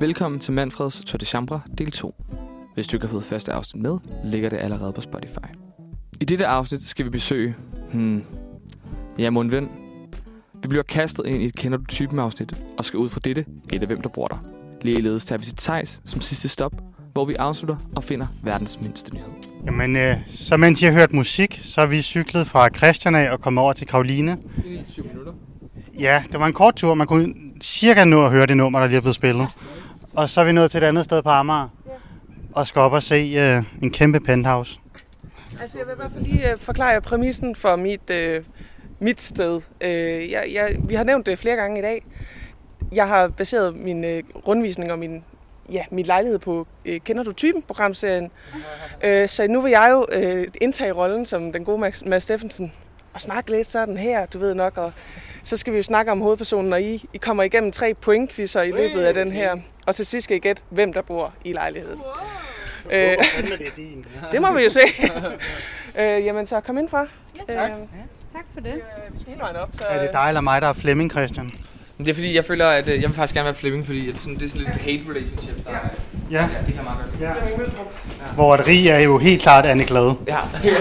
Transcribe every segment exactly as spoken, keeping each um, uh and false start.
Velkommen til Manfreds Tour de Chambre del to. Hvis du ikke har fået første afsnit med, ligger det allerede på Spotify. I dette afsnit skal vi besøge... Hmm... Ja, mon ven. Vi bliver kastet ind i et kender du typen afsnit, og skal ud fra dette gætte, hvem der bor der. Ligeledes tager vi til Theis som sidste stop, hvor vi afslutter og finder verdens mindste nyhed. Jamen, øh, så mens I har hørt musik, så er vi cyklet fra Christian af og kommet over til Karoline. I syv minutter. Ja, det var en kort tur. Man kunne cirka nå at høre det nummer, der lige er blevet spillet. Og så er vi nået til et andet sted på Amager og skal op og se øh, en kæmpe penthouse. Altså, jeg vil i hvert fald lige øh, forklare præmissen for mit, øh, mit sted. Øh, jeg, jeg, vi har nævnt det flere gange i dag. Jeg har baseret min øh, rundvisning og min, ja, min lejlighed på øh, Kender du typen programserien. Øh, så nu vil jeg jo øh, indtage rollen som den gode Mads, Mads Steffensen og snakke lidt sådan her, du ved nok. Og så skal vi jo snakke om hovedpersonen, og I, I kommer igennem tre pointquizzer i løbet af den her. Og til sidst skal I gætte, hvem der bor i lejligheden. Wow. Øh, det, er din. Det må vi jo se. øh, jamen, så kom ind fra. Ja, tak. Øh, tak for det. Vi skal hele vejen op. Så, er det dig eller mig, der er Flemming, Christian? Det er fordi, jeg føler, at jeg vil faktisk gerne være Flemming, fordi at sådan, det er sådan lidt hate relationship. Der, ja. Ja. Ja, det kan meget godt. Ja. Ja. Hvor at Rig er jo helt klart Anne Glade. Ja.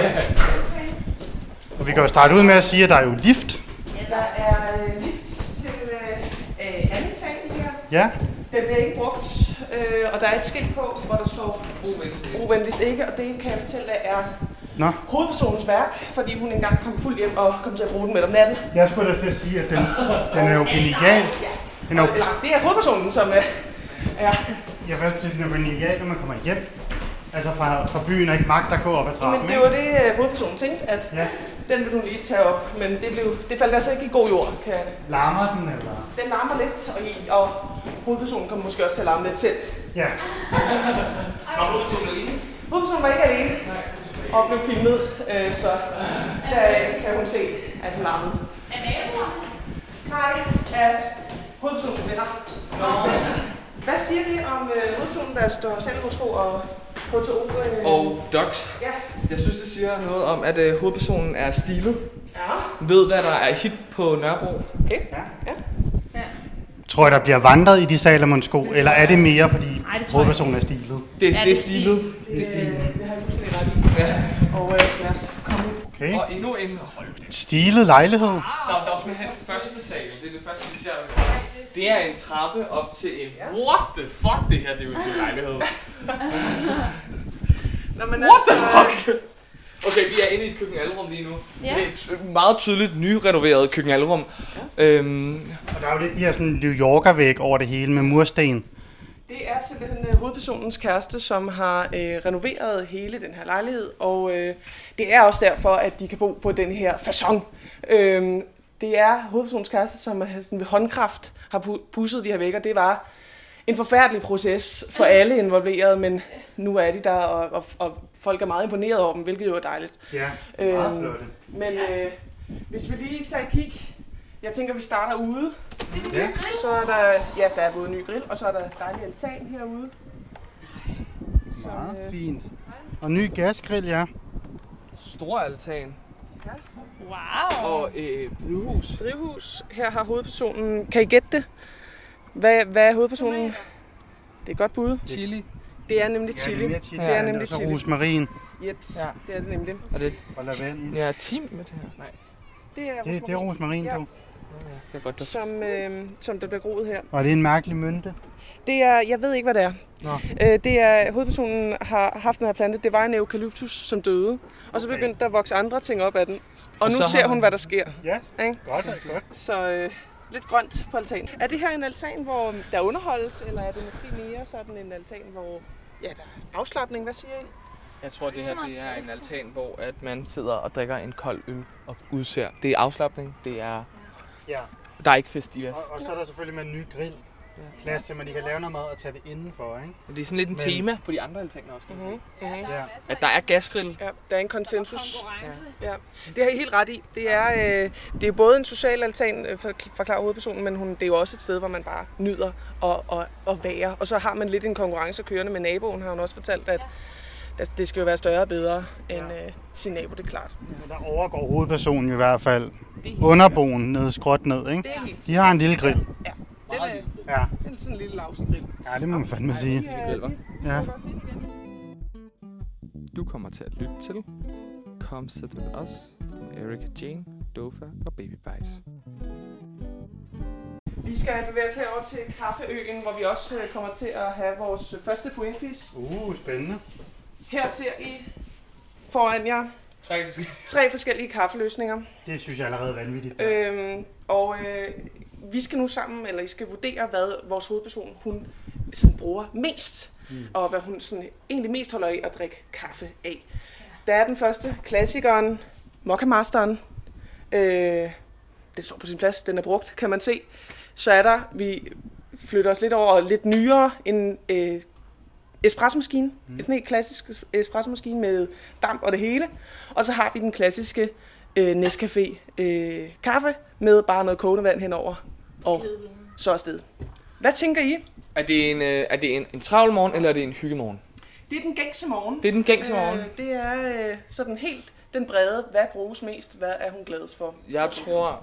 Og vi kan jo starte ud med at sige, at der er jo lift. Ja, der er lift til øh, anden sal her. Ja. Den bliver ikke brugt, øh, og der er et skilt på, hvor der står brug venligst ikke, og det kan jeg fortælle er Nå. hovedpersonens værk, fordi hun engang kom fuldt hjem og kom til at bruge den midt om natten. Jeg skulle da til at sige, at den, den er jo genial. Den er jo... Det er hovedpersonen, som øh, er... Jeg vil sige, den er genial, når man kommer hjem. Altså fra, fra byen og ikke magter at gå op ad trappen. Men det var det, hovedpersonen tænkte, at ja. Den ville hun lige tage op, men det, blev, det faldt altså ikke i god jord. Kan... Larmer den, eller? Den larmer lidt, og, i, og hovedpersonen kommer måske også til at larme lidt selv. Ja. Var hovedpersonen alene? Hovedpersonen var ikke alene, og blev filmet, øh, så der kan hun se, at hun larmede. Er naboerne? Nej, at hovedpersonen vinder. Hvad siger det om øh, hovedpersonen, der står selvmordstro og H to O? Øh... Og Docs. Ja. Jeg synes, det siger noget om, at øh, hovedpersonen er stilet. Ja. Ved, hvad der er hit på Nørrebro. Okay. Ja. Ja. Ja. Tror jeg, der bliver vandret i de Salomon-sko, eller er det mere, fordi Ej, hovedpersonen er stilet? Det, ja, det, det er er stilet. Det, Det er stilet. det har jeg fuldstændig ret i. Ja. Og øh, lad os komme ud. Okay. Og endnu en hold. Stilet lejlighed. Så der er også med her første sal. Det er det første, vi ser. Det er en trappe op til en... What the fuck, det her, det er jo en lejlighed. Nå, men What the altså, fuck? Okay, vi er inde i et køkkenalrum lige nu. Ja. Det er et meget tydeligt nyrenoveret køkkenalrum. Ja. Øhm, Og der er jo lidt de her sådan New Yorker-væg over det hele med mursten. det er simpelthen øh, hovedpersonens kæreste, som har øh, renoveret hele den her lejlighed, og øh, det er også derfor, at de kan bo på den her facon. Øh, det er hovedpersonens kæreste, som sådan ved håndkraft har pu- pudset de her vægger. Det var en forfærdelig proces for alle involverede, men nu er de der, og, og, og folk er meget imponeret over dem, hvilket jo er dejligt. Ja, meget Øhm, flotte. Men øh, hvis vi lige tager et kig, jeg tænker, vi starter ude. Ja. Så er der, ja, der er både en ny grill, og så er der dejlig altan herude. Meget øh, fint. Og ny gasgrill, ja. stor altan. Wow. Og øh, drivhus. Drivhus. Her har hovedpersonen, kan I gætte det? Hvad, hvad er hovedpersonen? Det er et godt bud. Chili. Det er nemlig Ja, det chili. er mere chili. Det er nemlig så chili. rosmarin Yep, Ja. det er det nemlig. Og det, og lavendel. jeg er team med det her. Nej. Det er, Det, det er rosmarin Ja. på. Ja, det er godt dufte. som, øh, som der bliver groet her. Og det er en mærkelig mynte. Det er, jeg ved ikke, hvad det er. Nå. Øh, det er, hovedpersonen har haft den her plante. Det var en eukalyptus, som døde. Og så Okay. begyndte der at vokse andre ting op af den. Og, Og nu så har ser hun, man- hvad der sker. Ja, Ikke? godt, godt. Så øh, lidt grønt på altanen. Er det her en altan, hvor der underholdes, eller er det måske mere sådan en altan, hvor ja, der er afslapning? Hvad siger I? Jeg tror, det her Så det er meget en plads til. altan, hvor at man sidder og drikker en kold øl og udser. Det er afslapning. Det er... Ja. Der er ikke festivas. Og, og så er der selvfølgelig med en ny grill. Plads til, at man lige kan lave noget mad og tage det indenfor, ikke? Men det er sådan lidt en Men- tema på de andre altaner også, kan man Mm-hmm. sige. Mm-hmm. Ja. At der er gasgrill. Ja, der er en konsensus. Konkurrence. Ja, det har I helt ret i. Det er, øh, det er både en social altan, øh, for- forklarer hovedpersonen, men hun, det er jo også et sted, hvor man bare nyder og, og, og være. Og så har man lidt en konkurrence kørende med naboen, har hun også fortalt, at at det skal jo være større og bedre end øh, sin nabo, det er klart. Men der overgår hovedpersonen i hvert fald Det er helt underboen ned, skråt ned, ikke? Det er helt De har en lille grill. Ja, Den er, Ja. den er sådan en lille lavsegrill. Ja, det må man fandme sige. Ja. Du kommer til at lytte til Come Sit With Us med Erika Jane, Dofa og Baby Bites. Vi skal bevæge os herover til Kaffeøen, hvor vi også kommer til at have vores første pointquiz. Uh, spændende. Her ser I foran jer tre forskellige kaffeløsninger. Det synes jeg allerede er vanvittigt. Øhm, og øh, vi skal nu sammen, eller I skal vurdere, hvad vores hovedperson hun sådan bruger mest. Mm. Og hvad hun sådan egentlig mest holder af at drikke kaffe af. Der er den første, klassikeren, Mokka Masteren. Øh, det står på sin plads, den er brugt, kan man se. Så er der, vi flytter os lidt over lidt nyere, en øh, espressomaskine. Mm. En sådan helt klassisk espressomaskine med damp og det hele. Og så har vi den klassiske øh, Nescafé øh, kaffe med bare noget kogende vand henover. Og så afsted. Hvad tænker I? Er det en, øh, er det en, en travl morgen, eller er det en hyggemorgen? Det er den gængse morgen. Det er den gængse morgen. Øh, det er øh, sådan helt den brede. Hvad bruges mest? Hvad er hun gladest for? Jeg tror,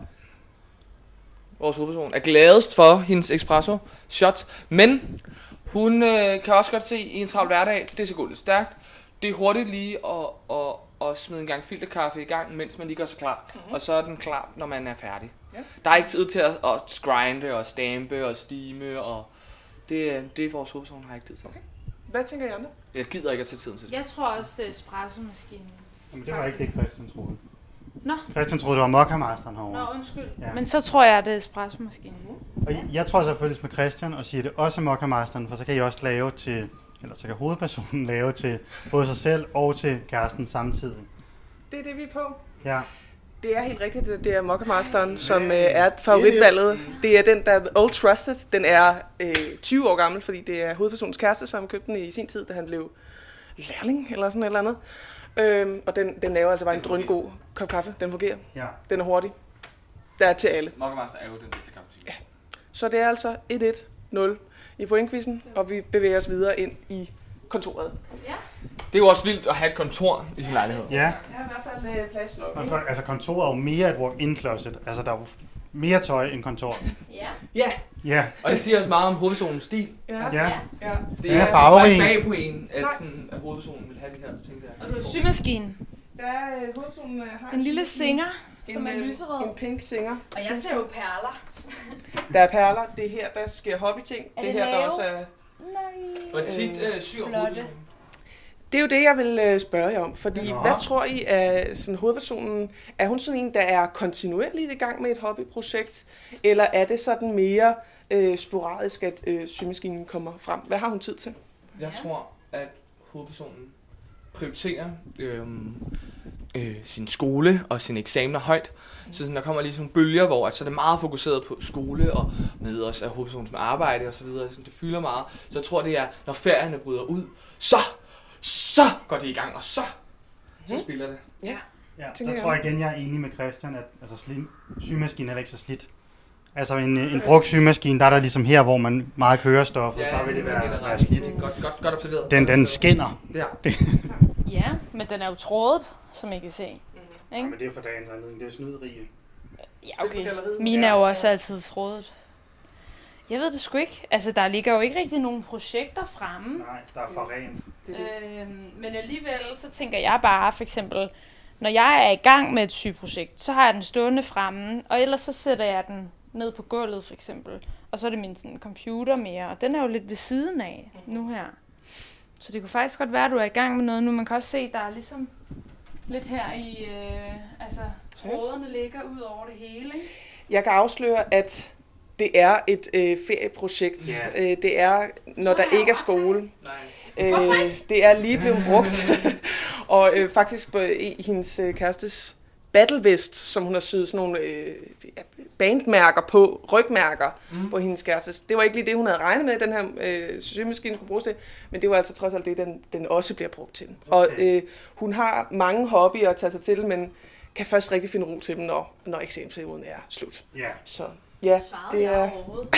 vores hovedperson er gladest for hendes espresso shot, men hun øh, kan også godt se i en travl hverdag, det skal gå lidt stærkt. Det er hurtigt lige at, at, at smide en gang filterkaffe i gang, mens man lige gør sig klar. Mm-hmm. Og så er den klar, når man er færdig. Ja. Der er ikke tid til at, at grinde og stampe og stime, og det, det er vores hovedperson har ikke tid til. Okay. Hvad tænker I andre? Jeg gider ikke at tage tiden til det. Jeg tror også, det er espresso-maskinen. Jamen, det var ikke det, Christian troede. Nå. Christian troede, det var Mokka Masteren herovre. Nå, undskyld. Ja. Men så tror jeg, det er espresso-maskinen. Og jeg tror selvfølgelig med Christian og siger det også Mokka Masteren, for så kan I også lave til, eller så kan hovedpersonen lave til både sig selv og til kæresten samtidig. Det er det, vi er på. Ja. Det er helt rigtigt, det er Mokka Masteren, som øh, er favoritvalget. Det er den, der er Old Trusted. Den er øh, tyve år gammel, fordi det er hovedpersonens kæreste, som købte den i sin tid, da han blev lærling eller sådan et eller andet. Øhm, og den, den laver altså bare en drøngod kop kaffe. Den fungerer. Ja. Den er hurtig. Der er til alle. Mokka Master er jo den bedste kaffe. Ja. Så det er altså et et nul i pointquizzen, og vi bevæger os videre ind i kontoret. Ja. Det er jo også vildt at have et kontor i sin lejlighed. Ja. Jeg har i hvert fald øh, plads nok. Og for, altså kontoret er jo mere et walk-in closet. Altså der er jo mere tøj end kontor. Ja. Ja. Ja. Og det siger også meget om hovedpersonens stil. Ja. Ja. Ja. Det Den er er farverig. bare bag på en, at, Nej. sådan, at hovedpersonen vil have de her ting der. Og du har symaskinen. Der er øh, hovedpersonen øh, har En lille singer, en, som er øh, lyserød. En pink singer. Og jeg ser jo perler. Der er perler. Det er her, der sker hobbyting. Er det det her, der lave? også er... Nej. Hvor tit øh, syr Flotte. hovedpersonen? Det er jo det, jeg vil øh, spørge jer om. Fordi, Nå. hvad tror I er sådan, hovedpersonen? Er hun sådan en, der er kontinuerligt i gang med et hobbyprojekt? Eller er det sådan mere øh, sporadisk, at øh, symaskinen kommer frem? Hvad har hun tid til? Jeg tror, at hovedpersonen prioriterer øh, øh, sin skole og sine eksamener højt. Så sådan, der kommer lige sådan nogle bølger, hvor at, så er det meget fokuseret på skole, og med også af hovedpersonens med arbejde og så videre. Så det fylder meget. Så jeg tror, det er, når ferierne bryder ud, så, så går det i gang, og så, så spiller det. Ja. Ja, Tænker der jeg. tror jeg igen, jeg er enig med Christian, at altså, slim, symaskinen er ikke så slidt. Altså en, en brugt symaskine, der er der ligesom her, hvor man meget kører stoffet, der vil det være, være slidt. Godt, godt, godt observeret. Den, den skinner. Ja. Ja, men den er jo trådet, som I kan se. Ja, men det er for dagens anledning, det er snydrige. Ja, okay. Mine er jo også altid trådet. Jeg ved det sgu ikke. Altså, der ligger jo ikke rigtig nogen projekter fremme. Nej, der er for ren. Øhm, men alligevel, så tænker jeg bare, for eksempel, når jeg er i gang med et sygeprojekt, så har jeg den stående fremme, og ellers så sætter jeg den ned på gulvet, for eksempel. Og så er det min sådan, computer mere, og den er jo lidt ved siden af nu her. Så det kunne faktisk godt være, at du er i gang med noget nu. Man kan også se, der er ligesom lidt her i, øh, altså, trådene ligger ud over det hele, ikke? Jeg kan afsløre, at det er et øh, ferieprojekt. Yeah. Øh, det er, når der ikke er skole. Nej. Øh, det er lige blevet brugt. og øh, faktisk på i hendes øh, kærestes battlevest, som hun har syet sådan nogle øh, bandmærker på, rygmærker mm. på hendes kærestes. Det var ikke lige det, hun havde regnet med, den her øh, symaskine skulle bruges til, men det var altså trods alt det, den, den også bliver brugt til. Okay. Og øh, hun har mange hobbyer at tage sig til, men kan først rigtig finde ro til dem, når, når eksamensperioden er slut. Ja. Så ja, Svarede det jeg er... overhovedet?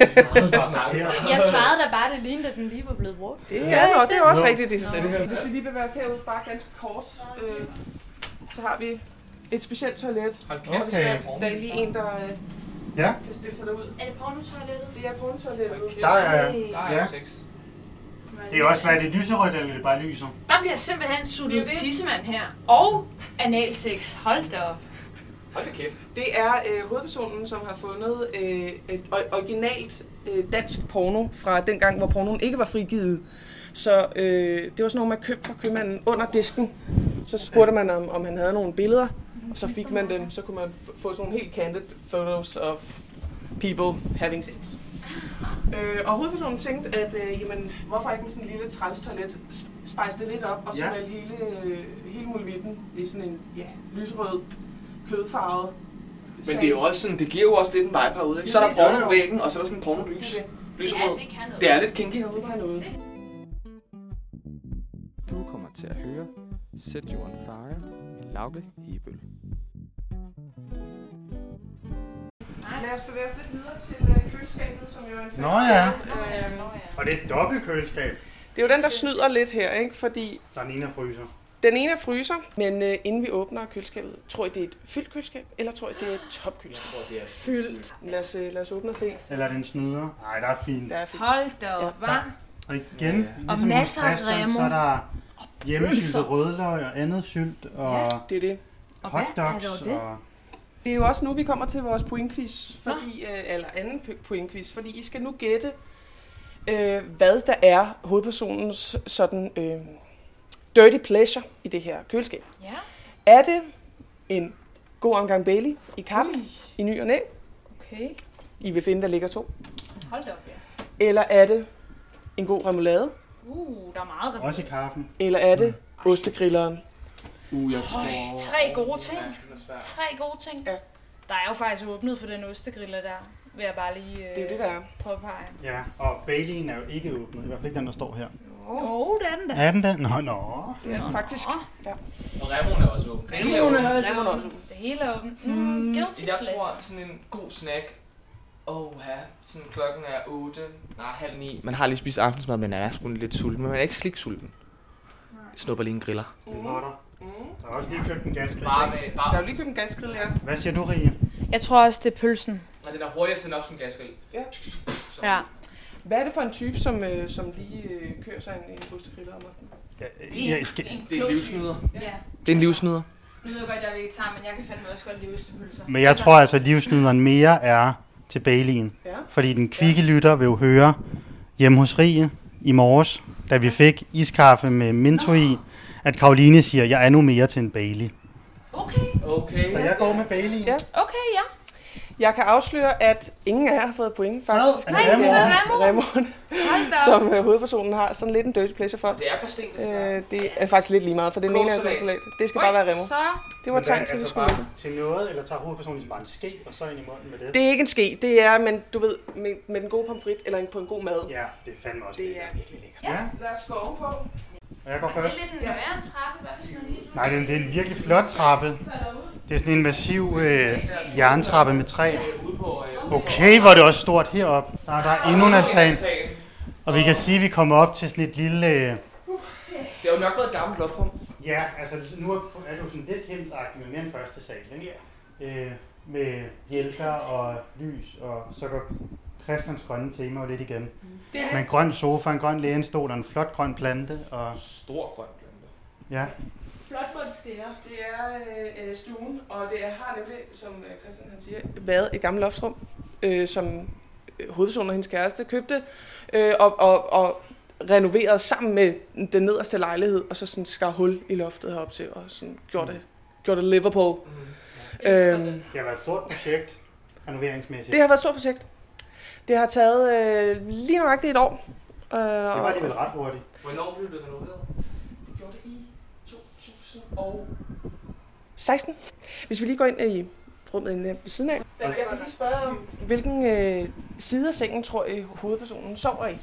Jeg svarede da bare, det lignede, at den lige var blevet brugt. Det er, nå, det er også rigtigt i sig selv. Hvis vi lige bevæger os herud, bare ganske kort, øh, så har vi et specielt toilet. Hold kæft, Og hvis der, der er lige en, der... Øh, Ja. kan stille sig derud. Er det pornotoilettet? Det er pornotoilettet. Der er, Der er ja. jo sex. Det er også, hvad er det lyserødt, eller det bare lyser? Der bliver simpelthen suttet Det er det. tissemand her. Og analsex. Hold da op. Hold da kæft. Det er øh, hovedpersonen, som har fundet øh, et originalt øh, dansk porno fra den gang, hvor pornoen ikke var frigivet. Så øh, det var sådan noget, man købte fra købmanden under disken. Så spurgte man, om, om han havde nogle billeder, og så fik man dem. Så kunne man f- få sådan nogle helt candid photos of people having sex. Øh, og hovedpersonen tænkte, at øh, jamen, hvorfor ikke med sådan en lille træls toilet spejse det lidt op, og så Ja. male hele, øh, hele muligheden i sådan en ja, lyserød, kødfarvet. Men det er jo også sådan, det giver jo også lidt en vibe herude, ikke? Så er der porno på væggen, og så er der sådan en pornolys. Lyserød. Ja, det kan noget. Det er lidt kinky herude. Det kan noget. Du kommer til at høre Set You On Fire med Lauke Hebøl. Lad os bevæge os lidt videre til øh, køleskabet, som jo er en fast Nå ja. øh, Og det er et dobbelt køleskab. Det er jo den, der snyder lidt her, ikke? Fordi Der er den ene, der fryser. den ene er fryser, men øh, inden vi åbner køleskabet, tror I, det er et fyldt køleskab, eller tror I, det er et tomt køleskab? Jeg tror, det er Fyldt. Lad os, øh, lad os åbne og se. Eller er det en snyder? Nej, der er fint. Der er fyldt. Hold da op, Ja, hva'? Og igen, ligesom masser af hos Christian, Remo. så er der hjemmesyltet pølser. rødløg og andet sylt og Det er det. Og hvad er hotdogs dog det? og... Det er jo også nu, vi kommer til vores pointquiz, fordi, øh, eller anden p- pointquiz, fordi I skal nu gætte, øh, hvad der er hovedpersonens sådan øh, dirty pleasure i det her køleskab. Ja. Er det en god omgang Bailey i kaffe Ui. i ny og næ? Okay. I vil finde, der ligger to. Hold da op, ja. Eller er det en god remoulade? Uh, der er meget remoulade. Også i kaffen. Eller er det ostegrilleren? Uh, jeg Øj, tre gode ting. Ja, den er svær. Tre gode ting. Ja. Der er jo faktisk åbnet for den ostegriller der, vil jeg bare lige øh, Det er jo det, der er. påpege. Ja, og Baileyen er jo ikke åbnet. I hvert fald ikke den, der står her. Jo, det er den der. Er den der? Nå, nå. Det er den faktisk. Ja. Og Remoen er også åben. Den hele er Remoen åben. er også Remoen er åben. også åben. Det hele er åbent. Mm, guilty Jeg pleasure. tror, sådan en god snack. Åh, ja. Sådan klokken er otte. Nej, halv ni. Man har lige spist aftensmad, men man er sgu lidt sulten. Men man er ikke sliksulten. Snupper lige en griller. Spilhotter. Mm. Der er også lige købt en gasgrill. Bare med... Der er Bare... jo lige købt en gasgrill, ja. Hvad siger du, Rie? Jeg tror også, det er pølsen. Nej, den er hurtigt at tænde op som gasgrill. Ja. Så. Ja. Hvad er det for en type, som, øh, som lige øh, kører sig en, en ostegriller om aftenen? Ja, jeg skal... Det er en livsnyder. Ja. Det er en livsnyder. Nu ved jeg godt, jeg er vegetar, men jeg kan fandme også godt lide ostepølser. Men jeg tror altså, at livsnyderen mere er til Baileyen. Ja. Fordi den kvikke lytter vil jo høre hjemme hos Rie i morges, da vi fik iskaffe med minto i, at Karoline siger, at jeg er nu mere til en Bailey. Okay. Okay. Så jeg går med Bailey. Ja. Okay, ja. Jeg kan afsløre, at ingen af jer har fået point, faktisk. Hvad? Er det Det er Remo? Remo, Hold da op. som øh, hovedpersonen har sådan lidt en dirty pleasure for. Det er på sten, desværre. Øh, det er faktisk lidt lige meget, for den ene er en Kålsalat. kålsalat. Det skal bare være Remo. Så Det var et tegn til, at vi skulle bare til noget, eller tager hovedpersonen ligesom bare en ske, og så ind i munden med det? Det er ikke en ske, det er, men du ved, med, med den gode pomfrit, eller en, på en god mad. Ja, det er fandme også Det lækkert. er virkelig lækkert. Ja, Lad os gå ovenpå. og jeg går det er først. lidt en værre en trappe, hvad hvis man lige Nej, det er en, det er en virkelig flot trappe. falder ud. Det er sådan en massiv øh, jerntrappe med træ. Ude på... Øh, Okay, hvor er det også stort heroppe. Der, der er endnu en altan. Og vi kan sige, at vi kommer op til sådan et lille... Øh, Det har jo nok været et gammelt luftrum. ja, altså nu er er det jo sådan lidt hemsagtigt med mere end første sal, ikke? Øh, med hjælper og lys, og så går Christians grønne tema jo lidt igen. Det er Med en grøn sofa, en grøn lænestol og en flot grøn plante. Og Stor grøn plante. ja, Flot på det steder. Det er øh, stuen, og det er, har nemlig, som øh, Christian han siger, været et gammelt loftsrum, øh, som øh, hovedpersonen og hendes kæreste købte, øh, og, og, og renoveret sammen med den nederste lejlighed, og så sådan skar hul i loftet herop til, og sådan gjorde det, gjorde det Liverpool. Mm. Øhm, det har været et stort projekt, renoveringsmæssigt. det har været et stort projekt. Det har taget øh, lige nøjagtigt et år. Øh, Det var alligevel ret hurtigt. Hvornår blev det renoveret? Det gjorde det i to tusind og seksten. Hvis vi lige går ind i rummet inde ved siden af. Jeg kan lige spørge om, hvilken øh, side af sengen tror I hovedpersonen sover i?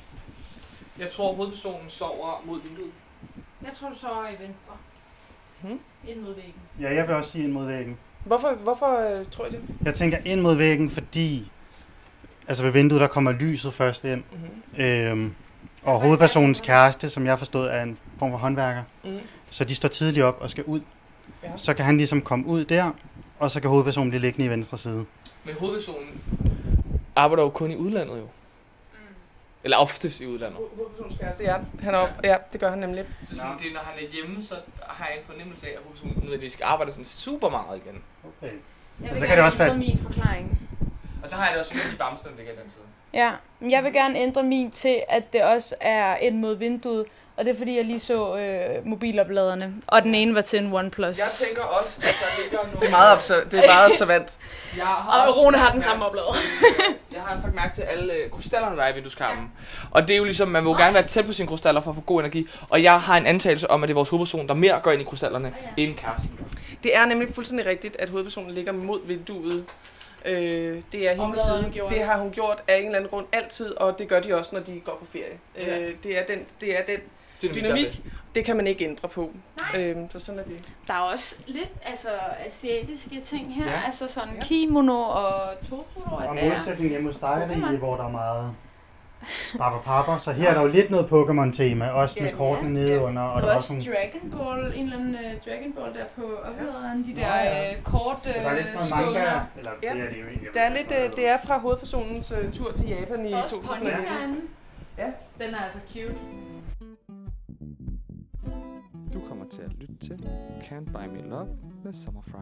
Jeg tror, hovedpersonen sover mod vinduet. Jeg tror, du sover i venstre. Hmm? Ind mod væggen. Ja, jeg vil også sige ind mod væggen. Hvorfor, hvorfor øh, tror I det? Jeg tænker ind mod væggen, fordi altså ved vinduet, der kommer lyset først ind. Mm-hmm. Øhm, og hovedpersonens kæreste, som jeg har forstået, er en form for håndværker. Mm. Så de står tidligt op og skal ud. Ja. Så kan han ligesom komme ud der, og så kan hovedpersonen blive liggende i venstre side. Men hovedpersonen arbejder jo kun i udlandet jo. Mm. Eller oftest i udlandet. Hovedpersonens kæreste, ja. Han er op, ja. ja, det gør han nemlig. Så sådan, det, når han er hjemme, så har jeg en fornemmelse af, at hovedpersonen nødvendigvis skal arbejde sådan super meget igen. Okay. Jeg så vil kan gerne det også være- ændre min forklaring. Og så har jeg det også sådan, at de bamser, der ligger i den side. Ja, men jeg vil gerne ændre min til, at det også er ind mod vinduet. Og det er fordi, jeg lige så øh, mobilopladerne. Og den ene var til en OnePlus. Jeg tænker også, at der ligger nogle... Det er meget, obser- det er meget observant. Jeg har Og også Rune har lagt den mærke- samme oplader. Jeg har sagt mærke til alle øh, krystallerne, der er i vindueskarmen. Ja. Og det er jo ligesom, man vil jo gerne være tæt på sine krystaller for at få god energi. Og jeg har en antagelse om, at det er vores hovedperson, der mere går ind i krystallerne, ja. end kæresten gør. Det er nemlig fuldstændig rigtigt, at hovedpersonen ligger mod vinduet. Øh, det er hendes side. Det har hun gjort af en eller anden grund altid, og det gør de også, når de går på ferie. Ja. Øh, det er den, det er den Dynamik, dynamik, det kan man ikke ændre på. Øh, så sådan er det. Der er også lidt altså, asiatiske ting her. Ja. Altså sådan Ja. kimono og Totoro. Og det er- modsætning hjemme hos dig, Pokémon. Rie, hvor der er meget Barbapapa, så her er der jo lidt noget Pokémon-tema, også med Ja, kortene nedenunder, og Og der der er er også også nogle... Dragon Ball, en eller anden uh, Dragon Ball der på opladeren. De Nå, der ja. uh, kort uh, Så der er lidt sådan noget manga, eller Ja. det er det jo egentlig. Der er lidt, øh, det er fra hovedpersonens øh, tur til Japan i Også to tusind pony og nitten. herinde. Ja. Den er altså cute. Du kommer til at lytte til Can't Buy Me Love med Summerfry.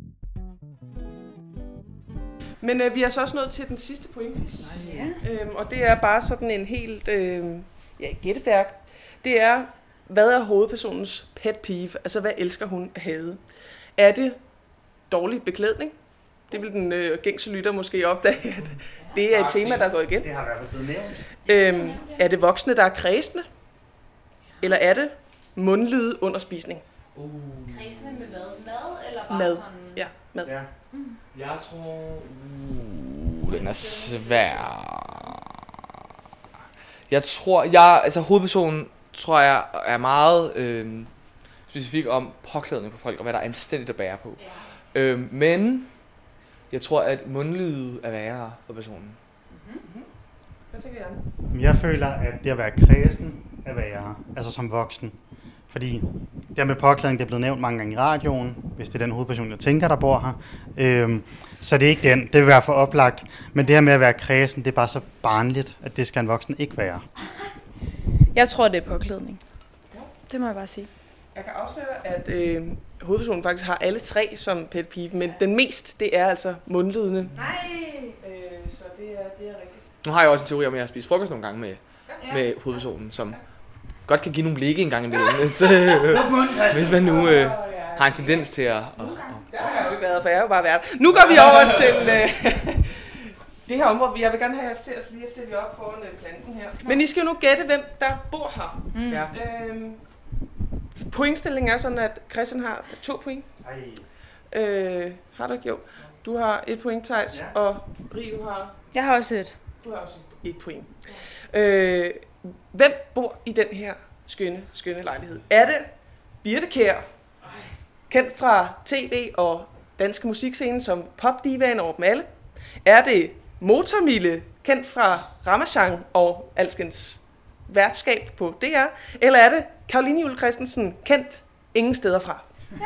Men øh, vi er så også nået til den sidste pointquiz. Ja. Øhm, og det er bare sådan en helt øh, ja, gætteværk. Det er, hvad er hovedpersonens pet peeve? Altså, hvad elsker hun at hade? Er det dårlig beklædning? Det vil den øh, gængse lytter måske opdage, at det er et tema, der går igen. Det har i hvert fald blevet nævnt. Øhm, er det voksne, der er kredsende? Eller er det mundlyde under spisning? Uh. Kredsende med hvad? Mad eller bare Mad. sådan? Ja, mad. Ja. Jeg tror... Uh, den er svær. Jeg tror... Jeg, altså hovedpersonen, tror jeg, er meget øh, specifik om påklædning på folk, og hvad der er anstændigt at bære på. Ja. Øh, men jeg tror, at mundlyde er værre for personen. Hvad tænker jeg? Jeg føler, at det at være kredsen er værre, altså som voksen. Fordi det her med påklædning, det er blevet nævnt mange gange i radioen, hvis det er den hovedperson, jeg tænker, der bor her. Øhm, så det er ikke den, det vil være for oplagt. Men det her med at være kredsen, det er bare så barnligt, at det skal en voksen ikke være. Jeg tror, det er påklædning. Det må jeg bare sige. Jeg kan afsløre, at øh, hovedpersonen faktisk har alle tre som pet peeve, men den mest, det er altså mundlydende. Nej. Øh, så det er, det er rigtigt. Nu har jeg også en teori om, at jeg har spist frokost nogle gange med, med hovedpersonen, som godt kan give nogle blikke en gang imellem, hvis, hvis man nu øh, har en tendens til at... at, at Der har jeg jo ikke været, for jeg er jo bare været. Nu går vi over til øh, det her område. Jeg vil gerne have jer til at lige at stille jer op foran øh, planten her. Men I skal jo nu gætte, hvem der bor her. Mm. ja. Øhm, pointstillingen er sådan, at Christian har to point. Ej. Øh, har du ikke? Jo. Du har et point, Theis, Ja. og Rie, du har, Jeg har også et. du har også et point. Øh, hvem bor i den her skønne, skønne lejlighed? Er det Birthe Kjær, kendt fra tv og danske musikscene som popdivaen over dem alle? Er det Motormille, kendt fra Ramachan og alskens værtskab på D R? Eller er det Caroline Juhl Christensen, kendt ingen steder fra?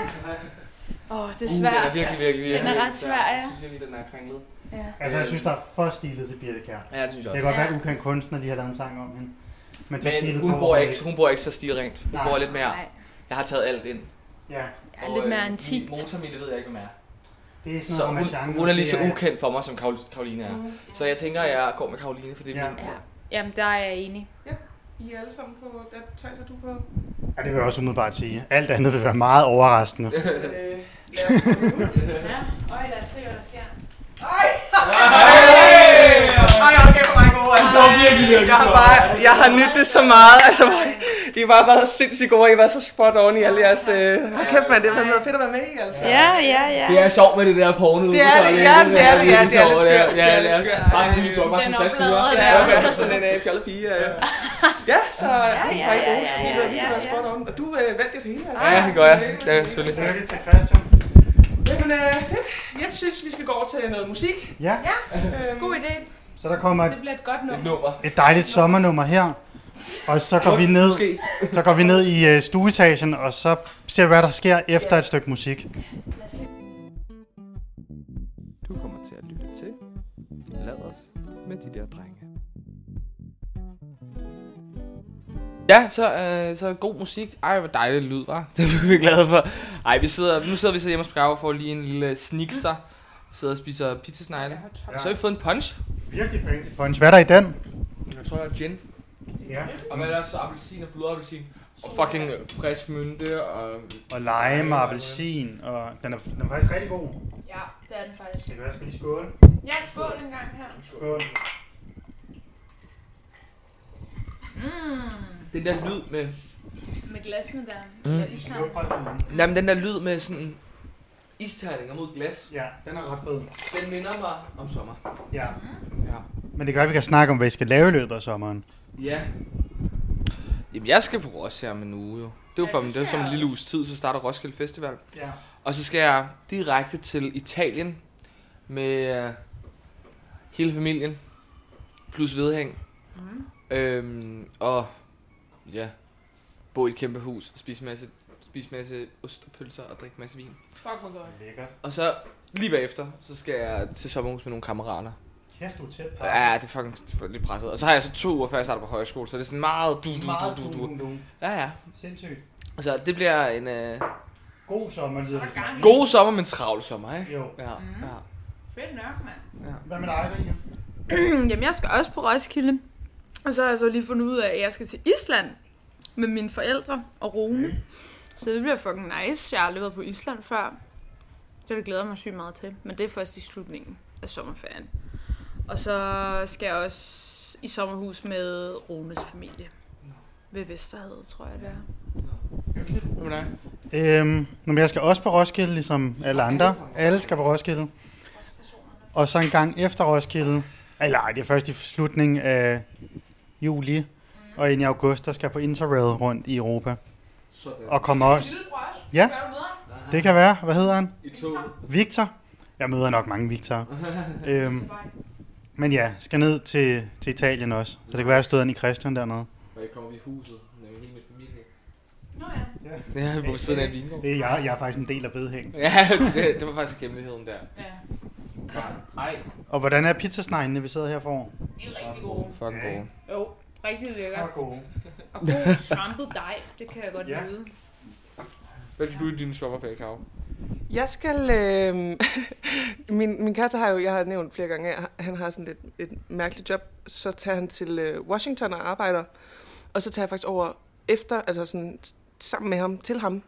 Åh, oh, det er Uh, den svært. er virkelig, virkelig, virkelig. Den er ret svær, ja. Jeg synes virkelig, den er kringlet. Ja. Altså, jeg synes, der er for stilet til Birthe Kjær. Ja, det synes jeg Det også. kan godt Ja. være, at ukendt kunstner lige har lavet en sang om hende. Men, så stilet Men hun går bor, hun ikke, hun bor ikke så stilrent. Hun Nej. bor lidt mere... Nej, Jeg har taget alt ind. Ja, jeg er Og, lidt mere øh, antikt. Motormille ved jeg ikke, hvad er. det er sådan Så noget hun, Ramachan. hun er lige så Det ukendt for mig, som Karol- Karoline er. Mm. Så jeg tænker, at jeg går med Karoline, for det er Ja. min... Ja. Jamen, der er jeg enig. I er alle sammen på, der Theis, er du på? Ja, det vil jeg også umiddelbart sige. Alt andet vil være meget overraskende. Øh, lad os prøve nu. Ja. Øj, lad os se, hvad der sker. Ej, okay, hvor mange gode, altså. Jeg har bare, jeg har nydt det så meget, altså. I har bare været sindssygt gode, I har været så spot on i alle jeres... Øh, hold kæft, mand, det har været fedt at være med i, altså. Ja, ja, ja. Det er sjovt med det der porno. Det er det, ja, det er det, ja, det er lidt skørt. Ja, det er skørt. Bare en lille bare sådan en flaske Genoplader. videre. Ja, okay, sådan en øh, fjollet pige. Øh. Ja, så Ja, ja, ja, var I ja, gode. ja, De ja, har virkelig ja, været ja. spot on. Og du øh, vandt jo det hele, altså. Ja, det gør jeg. Det er selvfølgelig. Det er det til Christian. Jamen, øh, fedt. Jeg synes, vi skal gå over til noget musik. Ja, Øhm, God idé. så der kommer Det bliver et godt Et nummer. nummer. et dejligt sommernummer her. Og så går vi ned, Måske. så går vi ned i uh, stueetagen, og så ser vi, hvad der sker efter et stykke musik. Du kommer til at lytte til Lad os med de der drenge. Ja, så, øh, så god musik. Ej, hvor dejligt lyd, var. Det blev vi glade for. Ej, vi sidder, nu sidder vi så hjemme hos Bravo for lige en lille snikser. Vi sidder og spiser pizzasnegle. Ja. Og så har vi fået en punch. Virkelig fancy punch. Hvad er der i den? Jeg tror, der er gin. Ja. Og hvad er der så? Appelsin og blodappelsin. Og fucking frisk mynte og... Og lime og appelsin. Og den er, den er faktisk rigtig god. Ja, det er den faktisk. Det kan være, skal lige skåle. Ja, skål en gang her. Skål. Mm. Den der lyd med... Med glasene der. Mm. Eller isterninger. Jamen, den der lyd med sådan... isterninger mod glas. Ja, den er ret fed. Den minder mig om sommer. Ja. Mm. Ja. Men det gør, at vi kan snakke om, hvad I skal lave i løbet af sommeren. Ja. Jamen, jeg skal på Ros her om en uge, jo. Det er jo for, det er som en lille uges tid, så starter Roskilde Festival. Ja. Og så skal jeg direkte til Italien med uh, hele familien, plus vedhæng. Mm. Øhm, og ja, bo i et kæmpe hus, spise masse, spise masse ost og pølser og drikke masse vin. Fuck, hvor godt. Lækkert. Og så lige bagefter, så skal jeg til sommerhus med nogle kammerater. Kæft, du er tæt på. Ja, det er fucking det er lidt presset. Og så har jeg så to uger før jeg starter på højskole, så det er sådan meget du, du, Meget du, du, du, du. du. Ja, ja. Sindssygt. Altså, det bliver en øh, God sommer, lyder det som. gang i. god sommer, men travl sommer, ikke? Jo. Ja, Mm. ja, Fedt nok, mand. ja. Hvad med dig, Ria? Jamen, jeg skal også på Roskilde. Og så har jeg så lige fundet ud af, at jeg skal til Island med mine forældre og Rune. Okay. Så det bliver fucking nice. Jeg har aldrig været på Island før. Så det glæder jeg mig sygt meget til. Men det er først i slutningen af sommerferien. Og så skal jeg også i sommerhus med Runes familie. Ved Vesterhavet, tror jeg det er. Hvad med dig? Øhm, men jeg skal også på Roskilde, ligesom alle andre. Alle skal på Roskilde. Og så en gang efter Roskilde, eller ej, det er først i slutningen af juli, og ind i august, der skal jeg på Interrail rundt i Europa. Sådan. Og kommer også... Ja, det kan være. Hvad hedder han? I tog. Victor. Jeg møder nok mange Victor. øhm, men ja, skal ned til, til Italien også. Så det kan være, at jeg støder ind i Christian dernede. Og jeg kommer vi i huset, når jeg er hele min familie. Nå ja. Det er på siden af en vingård. Det er jeg. Jeg er faktisk en del af bedhæng. Ja, det, det var faktisk hemmeligheden der. Ja. Ej. Og hvordan er pizzasneglene, vi sidder her for? Det er rigtig gode. Fucking gode. Jo, rigtig lækker. Og gode. Og god strampet dej, det kan jeg godt Ja. lide. Hvad vil du i din sommerferie, Karo? Jeg skal... Øh, min, min kæreste har jo, jeg har nævnt flere gange, at han har sådan lidt et mærkeligt job. Så tager han til øh, Washington og arbejder. Og så tager jeg faktisk over efter, altså sådan sammen med ham, til ham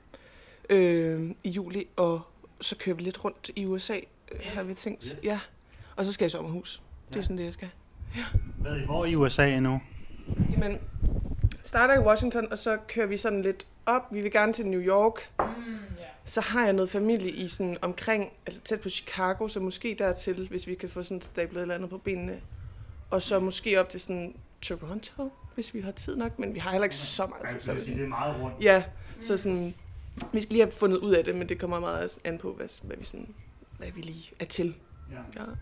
øh, i juli. Og så kører vi lidt rundt i U S A, øh, har vi tænkt. Ja. Og så skal jeg i sommerhus. Det er sådan det, jeg skal. Hvad I hvor i U S A endnu? Jamen, starter i Washington, og så kører vi sådan lidt op. Vi vil gerne til New York. Mm, yeah. Så har jeg noget familie i sådan omkring, altså tæt på Chicago, så måske dertil, hvis vi kan få sådan stablet et eller andet på benene. Og så måske op til sådan Toronto, hvis vi har tid nok, men vi har heller ikke så meget tid. Så det er meget rundt. ja, så sådan, vi skal lige have fundet ud af det, men det kommer meget an på, hvad, hvad, vi, sådan, hvad vi lige er til. Ja. Ja.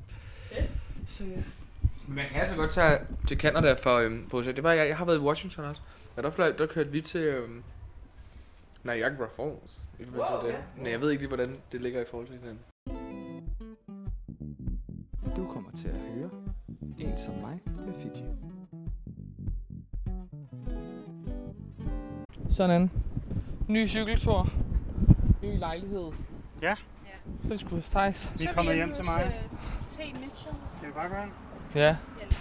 Så ja. Men man kan altså godt tage til Canada for, øhm, for U S A. Det var jeg, jeg har været i Washington også. Og der, der, der kørte vi til øhm, Niagara Falls. I wow, det. ja. Men jeg ved ikke lige, hvordan det ligger i forhold til hinanden. Du kommer til at høre En som mig med Fiji. Sådan. Ny cykeltur. Ny lejlighed. Ja. Så det skulle stejs. Vi er kommet hjem til mig. T. Mitchell. Skal vi bare gøre den? Ja.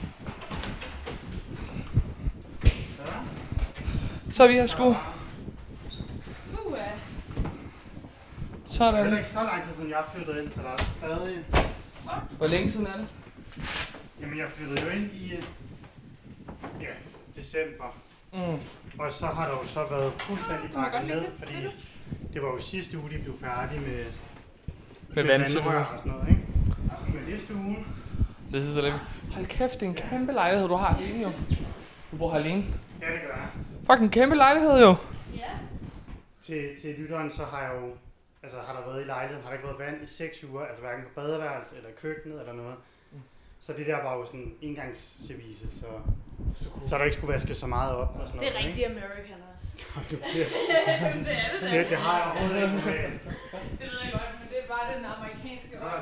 Så vi har sgu. Uh, Det er Sådan. ikke så lang tid siden, jeg flyttede ind, så der er stadig... Hvor længe siden er det? Jamen, jeg flyttede jo ind i... Ja, december. Mm. Og så har der jo så været fuldstændig pakket ned, fordi det var jo sidste uge, de blev færdige med... Med vandsuger. og sådan noget, ikke? Men det er stuen. Det synes jeg lidt. Hold kæft, det er en kæmpe lejlighed, du har alene jo. Du bor her alene. Ja, det gør jeg. Fucking kæmpe lejlighed jo. ja. Til, til lytteren, så har jeg jo... Altså, har der været i lejligheden, har der ikke været vand i seks uger, altså hverken på badeværelse eller køkkenet eller noget. Så det der var jo sådan en engangsservice, så, så, så der ikke skulle vaske så meget op og sådan Det er noget. rigtig American også. det, det er det da. det, det har jeg overhovedet ikke med. Det ved jeg godt, men det er bare den amerikanske Nå, år. det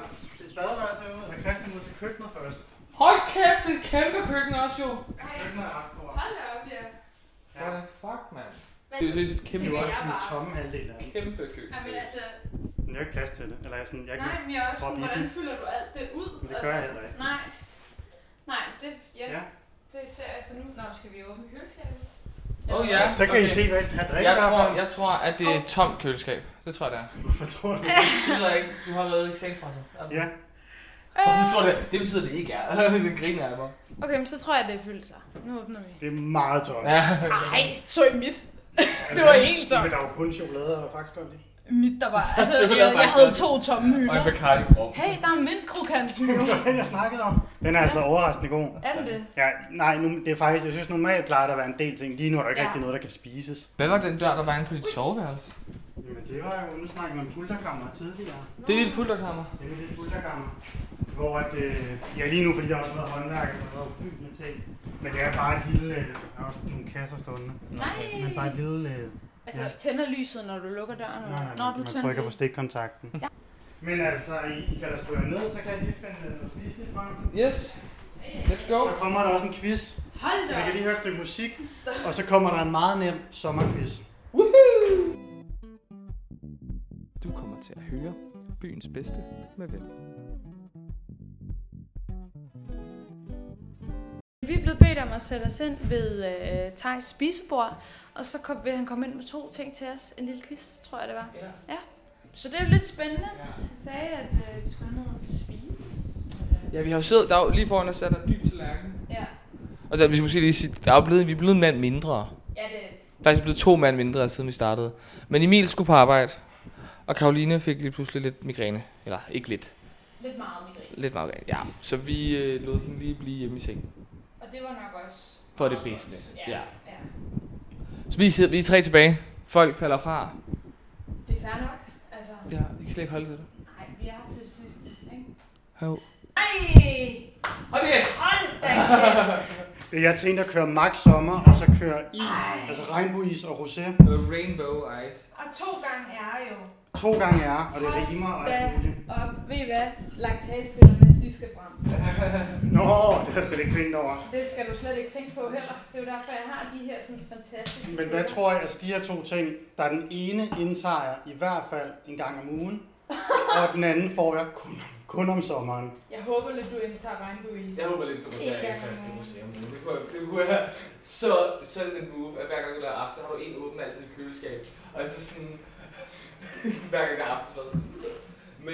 badeværelse ud, og Christian ud til køkkenet først. Hold kæft, det er et kæmpe køkken også jo. Køkkenet er ret stort. Hold da op, ja. What the fuck, mand. Men, Det er jo et kæmpe, Det er jo tænker også jeg den bare. tomme halvdel af det. kæmpe køkken. Jamen altså, Men jeg har ikke plads til det. Eller jeg er sådan, jeg kan nej, men jeg er også proppe sådan, i hvordan den. fylder du alt det ud? Men det altså, gør jeg heller ikke. Nej. Nej, det, ja, Ja. det ser jeg så nu. Nå, skal vi åbne køleskabet? Åh, ja. Så kan I Okay. se, hvad I skal have drikke. Jeg i hvert tror, fald. jeg tror, at det er et tomt køleskab. Det tror jeg, det er. Hvorfor tror du det? Det ved jeg ikke. Du har været eksamenspresser. Ja. Jeg tror det. Det betyder, at det ikke er. Det griner jeg bare. Okay, men så tror jeg, det er fyldt sig. Nu åbner vi. Det er meget tomt. Ja. Nej, så i mit. Det var helt tomt. Men der var kun chokolade og faktisk godt lide. Mit, der var, altså, Chokolade jeg, jeg faktisk havde godt. to tomme Og en hylder. Bacardi Prop. Hey, der er mintkrokant. Det var den, jeg snakkede om. Den er altså overraskende god. Er den det? Ja, nej, nu, det er faktisk, jeg synes normalt plejer der at være en del ting. Lige nu er der ikke Ja. rigtig noget, der kan spises. Hvad var den dør, der var inde på dit soveværelse? Jamen det var jo, nu snakkede man om pulterkammer tidligere. Det er dit pulterkammer. Det er det pulterkammer. Hvor at, øh, ja lige nu, fordi jeg har også været håndværker, og der var fyldt med ting. Men det er bare et lille, øh, der er også nogle kasser stående. Nej. Men bare et lille, øh, Altså, Ja. tænder lyset, når du lukker døren? nej, nej, Når nej, du man tænder trykker på lyset. stikkontakten. Ja. Men altså, I, I kan da stå jer ned, så kan jeg lige finde noget spiseligt frem. Yes. Let's go. Så kommer der også en quiz, Hold så da vi kan op. lige høre et stykke musik. Og så kommer der en meget nem sommerquiz. Du kommer til at høre byens bedste med ven. Vi er blevet bedt om at sætte os ind ved øh, Thijs spisebord, og så kom, vil han komme ind med to ting til os. En lille quiz, tror jeg det var. Ja. Så det er jo lidt spændende. Han sagde, at øh, vi skulle have noget at spise. Ja, vi har jo siddet, der er jo lige foran os, så er der en dyb tallerken. Ja, Og der, vi skal måske lige sige, der er jo blevet, vi er blevet en mand mindre. ja det Faktisk blevet to mand mindre, siden vi startede. Men Emil skulle på arbejde, og Karoline fik lige pludselig lidt migræne. Eller ikke lidt, er lidt meget migræne. lidt meget. Ja, så vi øh, lod hende lige blive hjemme i sengen. Og det var nok også... For det bedste. Ja. Ja. ja. Så vi, sidder, vi er tre tilbage. Folk falder fra. Det er fair nok. Altså, Ja, de kan slet ikke holde til det. nej, vi er her til sidst, ikke? Jo. Ej! Okay. Hold da kæft! Jeg tænkte at køre Max Sommer, og så køre is, Ej. altså regnbueis og rosé. Rainbow Ice. Og to gange er jo. To gange er, og det rimer og alt Da muligt. op, ved I hvad? Laktatepillerne, de skal frem. Nå, det har jeg slet ikke tænkt over. Det skal du slet ikke tænke på heller. Det er jo derfor, jeg har de her sådan fantastiske... Men hvad tror jeg, altså de her to ting, der er den ene indtager jeg i hvert fald en gang om ugen, og den anden får jeg kun, kun om sommeren. Jeg håber lidt, du indtager regnbueis. Jeg håber lidt, du må Ikke tage en engang flaske nogen. museum. Det kunne, det kunne være så, så er det den move, at hver gang du laver aften, så har du en åben altid i køleskab. Og så sådan, sådan hver gang der er aftensmad. Men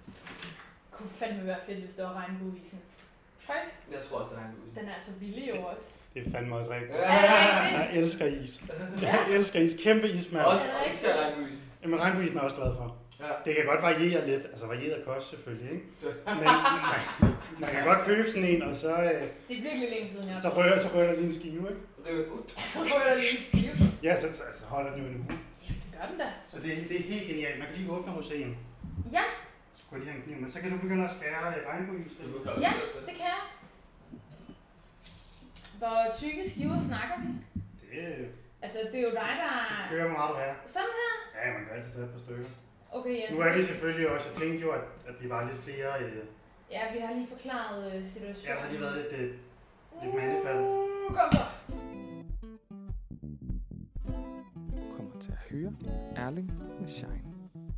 Det kunne fandme være fedt, hvis det var regnbueisen. Hej. jeg tror også, det er en god. Den er altså billig jo også. Det er fandme også rigtigt. Er det rigtigt? Jeg elsker is. Jeg elsker is. Kæmpe ismand. Også især regnbuisen. Jamen regnbuisen er jeg også glad for. Ja. Det kan godt variere lidt, altså varieret kost selvfølgelig, ikke? Men man, man kan godt købe sådan en, og så, øh, Det er virkelig længe siden, jeg så, rører, så rører der lige en skive, ikke? Det er jo ud. Så rører der lige en skive. Ja, så, så, så holder den jo en uge. Jamen, det gør den da. Så det, det er helt genialt. Man kan lige åbne roséen. Ja, Så kunne jeg lige have en kniv, men så kan du begynde at skære øh, regnbueis. ja, det kan jeg. Hvor tykke skiver snakker vi? Det, øh, Altså, det er jo dig, der... det kører, hvor meget du er. Sådan her? Ja, man kan altid tage et par stykker. Okay, ja, Nu så er vi det- selvfølgelig også, jeg tænkte jo, at, at vi var lidt flere. Øh, Ja, vi har lige forklaret øh, situationen. ja, der har lige været lidt, øh, lidt mandefald. Uh, kom så. Du kommer til at høre Erling med Shine.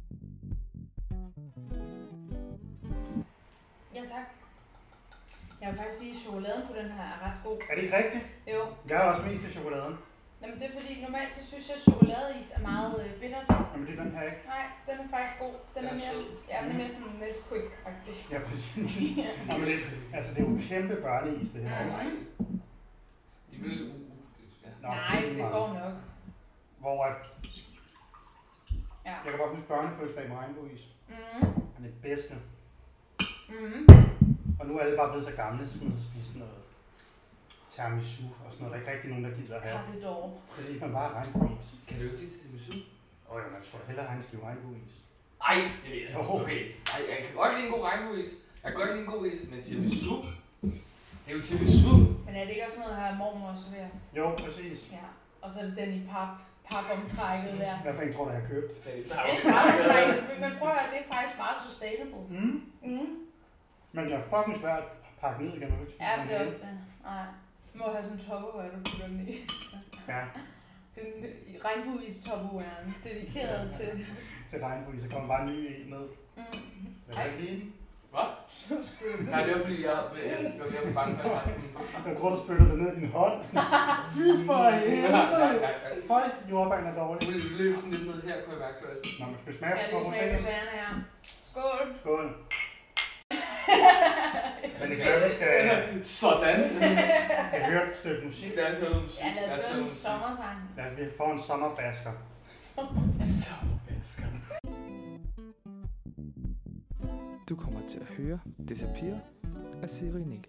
Ja, tak. Jeg vil faktisk sige, at chokoladen på den her er ret god. Er det ikke rigtigt? Jo. Jeg er også mest til chokoladen. Jamen, det er fordi, normalt så synes jeg, at chokoladeis er meget øh, bittert. Jamen det er den her ikke. Nej, den er faktisk god. Den er Den er mere, sød. ja, den er mere sådan Nesquik-agtig. Ja, præcis. Jamen, det, altså det er jo kæmpe børneis, det her. ikke? Mhm. De vil uh, det, ja. Nå, Nej, er lige det meget. går nok. Hvor at, Ja. jeg kan bare huske børnefødselsdag med regnbueis. Mhm. Han er det bedste. Mhm. Og nu er alle bare blevet så gamle, så skal man så spise noget tiramisu og sådan noget. Der er ikke rigtig nogen, der gider at have. Carpe d'Or. Præcis, man bare regnbueis. Kan du ikke lide til tiramisu? Åh, jamen, jeg tror hellere, at han skal regnbueis. Ej, det ved jeg. Okay. Ej, jeg kan godt lide en god regnbueis. Jeg kan godt lide en god is, men tiramisu? Det er jo tiramisu. Men er det ikke også noget, der har mormor serverer? Jo, præcis. Ja. Og så er det den i pap, papomtrækket der. Hvad for en tror du, jeg har købt? Det er Ja, papomtrækket, men prøv at høre, det er faktisk meget sustainable. Mm. Mm. Men det er fucking svært at pakke ned, kan man ikke? Ja, det er også det. Nej. Du må have sådan en topperware, du putter den i. Ja. Den regnbueis topperwaren, dedikeret ja. til... til regnbue, så kommer bare en ny en ned. Mm. Jeg kan ikke lide den. Hvad? Nej, det var fordi, jeg, jeg, jeg var mere for bange for at jeg tror, du spyttede det ned i din hånd. Fy for helvede! Føj, jordbæren er dårlig. Det løb sådan lidt ned her, kunne jeg mærke, så jeg Nå, man skal smage Skal på jeg lige smage på roséen. sagerne her? Skål! Skål. Men det kan være, vi skal... Sådan! Jeg høre et stykke musik. Lad os høre musik. Ja, lad os høre en sommersang. Ja, vi får en sommerbasker. Sommerbasker. Du kommer til at høre Disappear af Siri Niel.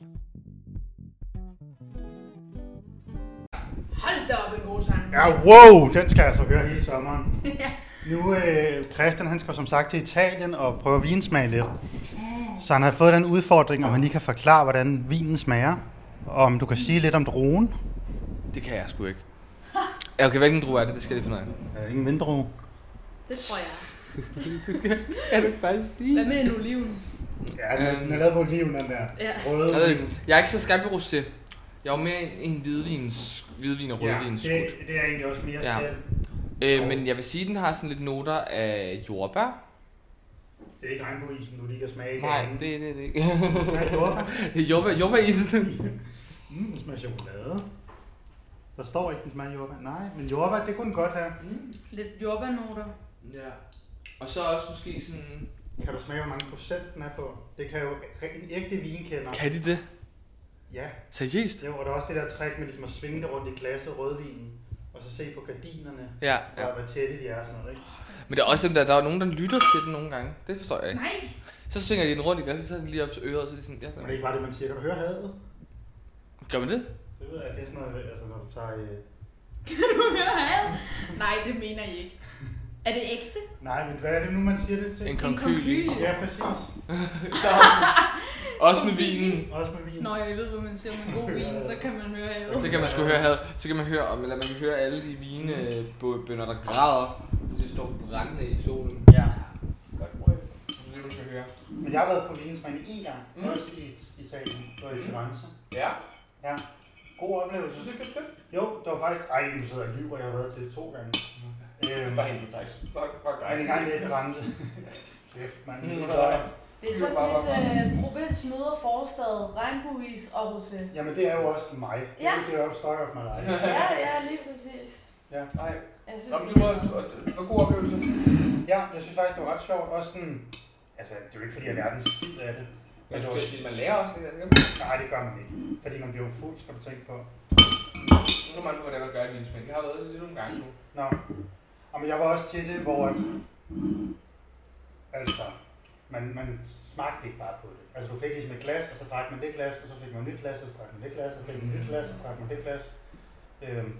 Hold da op, en god sang. Ja, wow! Den skal jeg altså høre hele sommeren. ja. Nu, øh, Christian, han skal som sagt til Italien og prøve at vinsmage lidt. Så han har fået den udfordring, om han lige kan forklare, hvordan vinen smager. Og om du kan sige lidt om druen. Det kan jeg sgu ikke. Ja, okay, hvilken drue er det? Det skal jeg lige finde ud af. Er det ingen vindrue? Det tror jeg. Kan du faktisk sige? Hvad med en oliven? Ja, den, den er lavet på oliven, den der Ja. røde Jeg, ved, oliven. ikke, jeg er ikke så skarp i rosé. Jeg er jo mere en, en hvidvins, hvidvin og Ja, rødvins det, det er egentlig også mere Ja. selv. øh, Men jeg vil sige, at den har sådan lidt noter af jordbær. Det er ikke regnbueisen, du lige kan smage. Nej, igen. det, det er det ikke. Nej, jordbær. Det er jordbær, jordbærisen. Mm, den smager chokolade. Der står ikke, den smager jordbær. Nej, men jordbær, det kunne den godt have. Mm. Lidt jordbærnoter. Ja. Og så også måske sådan... Kan du smage, hvor mange procent den er på? Det kan jo en ægte vinkender. Kan de det? Ja. Seriøst? Jo, og der er også det der trick med ligesom at svinge det rundt i glasset rødvinen. Og så se på gardinerne, Ja, ja. ja. Og hvor tætte de er og sådan noget, ikke? Men der er også den der, der er nogen, der lytter til den nogle gange. Det forstår jeg ikke. Nej! Så svinger de den rundt i glasset, så tager de lige op til øret, og så er de sådan... Ja, Men det er ikke bare det, man siger. Kan du høre hadet? gør man det? Det ved jeg, det er sådan noget, altså når du tager... Øh... Kan du høre had? Nej, det mener I ikke. Er det ægte? Nej, men hvad er det nu, man siger det til? En En konkyl. konkyl. Ja, præcis. Også med vinen. Også med vin. Når jeg ved, hvad man siger med god vin, så kan man høre had. Så kan man sgu høre had. Så kan man høre, om, eller man kan høre alle de vinebønder, der græder. De står brændende i solen. Ja. Godt brød. Det er det, du skal høre. Men jeg har været på vinsmagning én gang. Mm. Også i Italien. Det var i Firenze. Ja. Ja. God oplevelse. Synes du ikke, det er fedt? Jo, det var faktisk... Ej, nu sidder jeg og lyver. Jeg har været til det to gange. Øhm, Bare helt på Fuck, fuck, men en gang i Firenze. Kæft, mand. Mm, Det er det godt. er- Det er sådan lidt øh, provins møder forstad, regnbueis og rosé. Jamen, det er jo også mig. Ja. Det er jo story of my life. Ja, ja, lige præcis. Ja. Nej. Jeg synes, Nå, men det du er var, godt. du, det var god oplevelse. Ja, jeg synes faktisk, det var ret sjovt. Også sådan... Altså, det er jo ikke, fordi jeg lærte en skid af det. Men du skal sige, man lærer også lidt af det. Nej, det gør man ikke. Fordi man bliver jo fuld, skal du tænke på. Nu kan man på, hvordan man gør i vinsmænd. Jeg har været til det nogle gange nu. Nå. Og men jeg var også til det, hvor... Altså... Man, man smagte ikke bare på det. Altså, du fik ligesom et glas, og så drak man det glas, og så fik man et nyt glas, og så drak man det glas, og så fik man et nyt glas, og så drak man det glas. Øhm.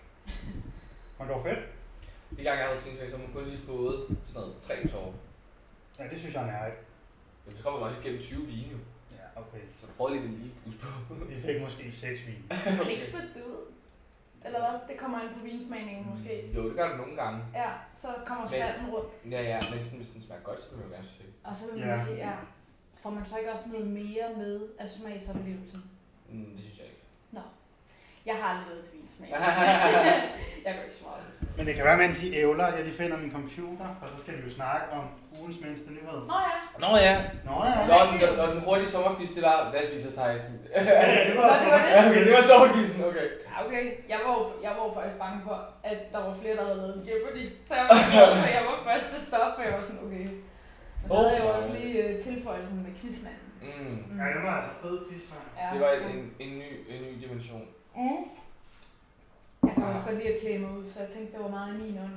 Men det var fedt. De gange jeg havde svinsmænd, så har man kun lige fået sådan noget tre tårer. Ja, det synes jeg er ærligt. Men så kommer man også igennem tyve vine jo. Ja, okay. Så du får lige en lige pus på. Vi fik måske seks vin. Kan man ikke spytte det ud? Eller hvad? Det kommer ind på vinsmagningen måske. Jo, det gør det nogle gange. Ja, så kommer Men- spanden rundt. Ja, ja, men sådan, hvis den smager godt, så vil man jo gerne søge. Og så vil Ja. man lige, ja. Får man så ikke også noget mere med af smagsoplevelsen? Mm, det synes jeg ikke. Nå. Jeg har aldrig været til vinsmag. Jeg går ikke så meget. Men det kan være, mens I ævler, at jeg lige finder min computer, og så skal vi jo snakke om ugens mindste nyhed. Nå ja. Nå ja. Nå ja. Nå, den, når den hurtige sommerquiz, det var, hvad spiser Thijsen? Ja, det var Nå, så. det var det. Ja, okay, det var sommerquizzen, okay. Ja, okay. Jeg var, jo, jeg var jo faktisk bange for, at der var flere, der havde lavet Jeopardy. Så jeg var glad for, at jeg var første stop, for jeg var sådan, okay. Og så havde jeg jo også lige uh, tilføjelsen med quizmanden. Mm. Ja, det var altså fed quizmand. Ja. Det var en, en, en, ny, en ny dimension. Mm. Jeg kan også godt lide at klæde mig ud, så jeg tænkte, det var meget i min ånd.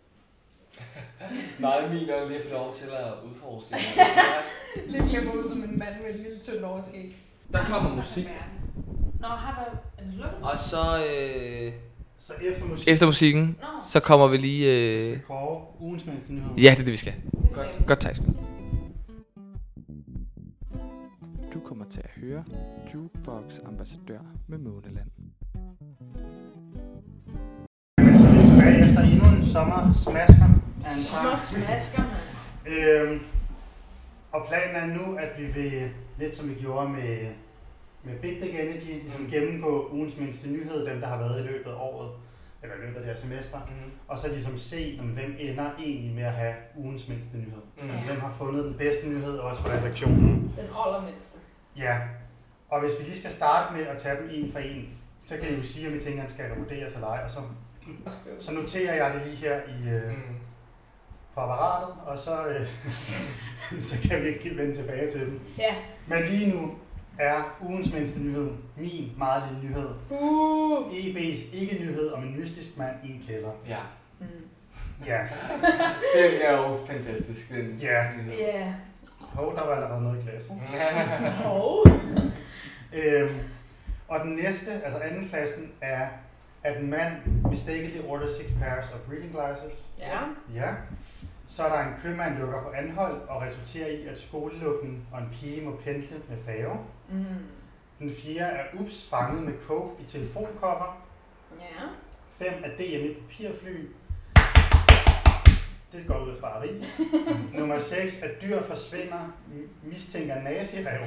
Meget min og lige at få lov til at udforske. Lidt klæde mig ud som en mand med et lille tyndt overskæg. Der kommer musik. Nå, har der... Er den slukket? Og så øh, Så efter musik, efter musikken, Nå, så kommer vi lige... skal Øh, vi kåre ugens mindste nyhed. ja, det er det, vi skal. det skal vi. Godt, Thijsen. Du kommer til at høre Jukebox Ambassadør med Måneland. Men så er vi tilbage efter endnu en sommersmasker af en Sommer sang. smasker, mand. Øhm, og planen er nu, at vi vil lidt som vi gjorde med, med Big Dick Energy, ligesom mm. gennemgå ugens mindste nyhed, dem der har været i løbet af året, eller i løbet af det her semester, mm. og så ligesom se, hvem ender egentlig med at have ugens mindste nyhed. Mm. Altså hvem har fundet den bedste nyhed, også for redaktionen. Den allermindste. Ja, og hvis vi lige skal starte med at tage dem en for en, så kan I jo sige, om I tænker, at den skal revurderes eller ej, og så, så noterer jeg det lige her i, øh, mm. på apparatet, og så, øh, så kan vi ikke vende tilbage til dem. Ja. Men lige nu er ugens mindste nyhed min meget lille nyhed. Uh. E B's ikke-nyhed om en mystisk mand i en kælder. Ja. Mm. Ja. Det er jo fantastisk. Den ja. Ja. Hov, der var allerede noget i klassen. Hov. øhm, og den næste, altså anden pladsen, er, at en mand mistakenly order six pairs of reading glasses. Ja. Ja. Så er der en købmand lukker på anhold og resulterer i, at skolelukning og en pige må pendle med færge. Mm. Den fjerde er ups fanget med coke i telefoncover. Ja. Fem er D M i papirfly. Det går ud fra Aris. Nummer seks er dyr forsvinder, mistænker nazirev.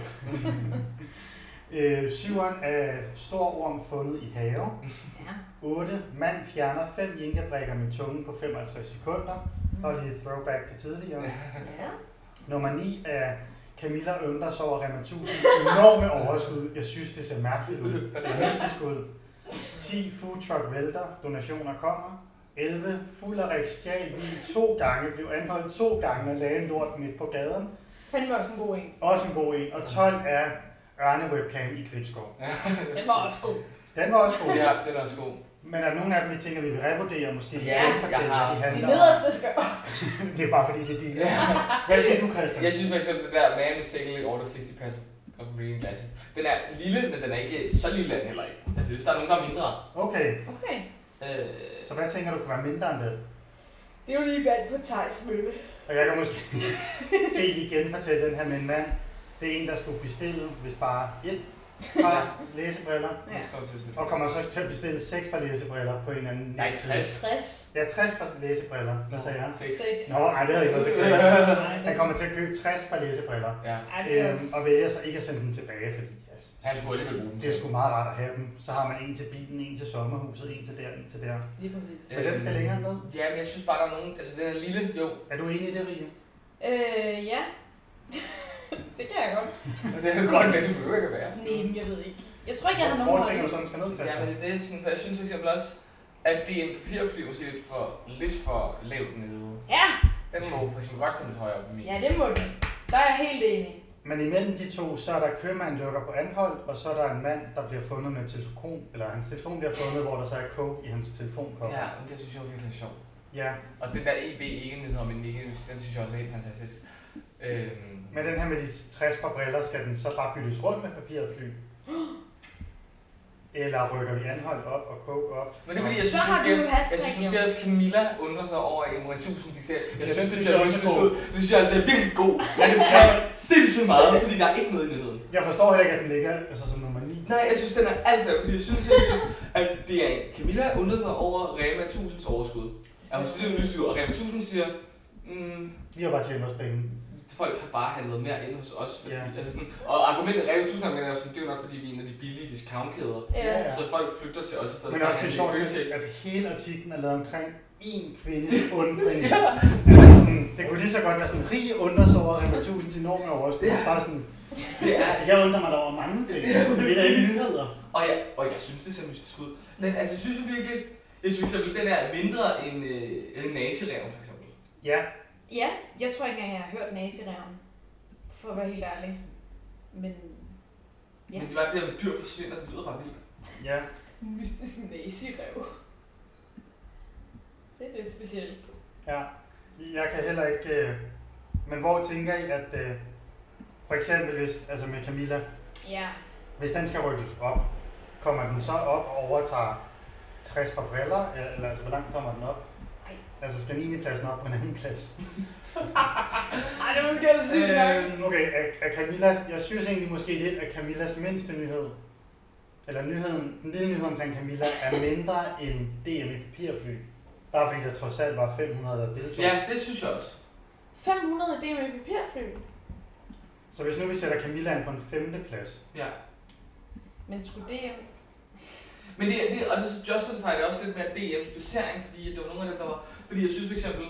øh, syveren er stor orm fundet i have. Ja. otte. Mand fjerner fem jinkebrikker med tungen på femoghalvtreds sekunder. Mm. Og lige throwback til tidligere. Ja. Nummer ni er Camilla undrer sig over Rema tusind enorme overskud. Jeg synes, det ser mærkeligt ud. Det er mystisk ud. ti. Food truck vælter. Donationer kommer. elleve. Fullerik stjal bil to gange. Blev anholdt to gange og lagde en lort midt på gaden. Fandme også en god en. Også en god en. Og tolv er ørne-webcam i Gribskov. Den var også god. Den var også god. Ja, den er også god. Men er der nogle af dem, I tænker, vi vil revurdere, måske vi ja, kan fortælle, har, hvad de handler om? De nederste skal det er bare fordi, det er de. Hvad siger du, Christian? Jeg synes for eksempel, det der Man with Single Order sixty pairs of reading glasses, den er lille, men den er ikke så lille den heller ikke. Altså, hvis der er nogen, der er mindre. Okay. Okay. Øh, så hvad tænker du kan være mindre end det? Det er jo lige vand på Thijs mølle. Og jeg kan måske skal I igen fortælle den her med en mand. Det er en, der skulle bestille, hvis bare et par læsebriller. Ja. Og kommer så til at bestille seks par læsebriller på en anden. Nej, tres. Ja, tres par læsebriller. Hvad sagde jeg? seks. Nå, nej, det havde jeg ikke været til at købe. Han kommer til at købe tres par læsebriller. Ja. Øhm, og vælger så ikke at sende dem tilbage, fordi yes, han skulle alligevel bruge dem. Det er sgu meget rart at have dem. Så har man en til bilen, en til sommerhuset, en til der, en til der. Lige præcis. Men den skal længere ned. Ja, men jeg synes bare, der er nogen... Altså, den er lille, jo. Er du enig i det, Rie? Øh, ja. Det kan jeg godt. Det er godt, hvad du behøver ikke at være. Nej, men jeg ved ikke. Jeg tror ikke, jeg har nogen... Hvor tænker du sådan, skal ned, Christian? Ja, men det er det, sådan, for jeg synes for eksempel også, at det er en papirfly måske lidt for, lidt for lavt nede. Ja! Den må for eksempel godt komme lidt højere op i min. Ja, det må den. Der er jeg helt enig. Men imellem de to, så er der købmand lukker på anhold, og så er der en mand, der bliver fundet med telefon, eller hans telefon bliver fundet, hvor der så er coke i hans telefonkopper. Ja, men det synes jeg virkelig er sjovt. Ja. Og den der E B ikke nyheder, men ikke den synes jeg også er helt fantastisk. Øhm. Men den her med de tres par briller, skal den så bare byttes rundt med papirfly? Eller rykker vi anhold op og coke op? Men det er fordi, jeg synes, måske, jeg synes måske også, Camilla undrer sig over en Rema tusind til Jeg ja, synes, det ser også god. Det synes jeg altså er virkelig god. Ja, det kan sindssygt meget, fordi der er ikke noget i nyheden. Jeg forstår heller ikke, at den ligger altså, som nummer ni. Nej, jeg synes, den er alt for, fordi jeg synes seriøst, at det er Camilla undrer sig over Rema tusind's overskud. At hun synes, det er mystisk, og Rema tusind siger, mm, vi har bare tjent os penge. Folk har bare handlet mere ind hos os. Fordi, yeah. altså sådan, og argumentet Rema tusind er jo sådan, det er jo nok fordi vi er en af de billige discountkæder. Yeah. Så folk flygter til os i stedet. Men også det er sjovt, at hele artiklen er lavet omkring én kvindes undring. Ja. Altså sådan, det kunne lige så godt være sådan, Rie undrer sig over Rema tusind's enorme overskud. Ja. Bare sådan, det er, altså, jeg undrer mig da over mange ting. Det er ikke nyheder. Og jeg, og jeg synes, det ser mystisk ud. Men altså, jeg synes jo virkelig, jeg synes at den er mindre end øh, en nazireven for eksempel. Ja. Ja, jeg tror ikke engang, jeg har hørt nazireven. For at være helt ærlig. Men... Ja. Men det var det der med dyr forsvinder, det lyder bare vildt. Ja. Mystisk nazirev. Det er lidt specielt. Ja. Jeg kan heller ikke... Øh... Men hvor tænker I, at... Øh... For eksempel hvis, altså med Camilla... Ja. Hvis den skal rykkes op, kommer den så op og overtager tres par briller? Eller altså, hvor langt kommer den op? Ej. Altså skal niende pladsen op på en anden plads? Ej, det er måske også sygt nok. Øh, okay, er, er Camilla, jeg synes egentlig måske lidt, at Camillas mindste nyhed, eller nyheden, den lille nyhed omkring Camilla, er mindre end D M i papirfly. Bare fordi der trods alt var fem hundrede, der deltog. Ja, det synes jeg også. fem hundrede D M i papirfly? Så hvis nu vi sætter Camilla ind på en femte plads. Ja. Men skulle det... Men det, det, og det Justify det også lidt mere D M's placering, fordi det var nogle af dem, der var... Fordi jeg synes for eksempel...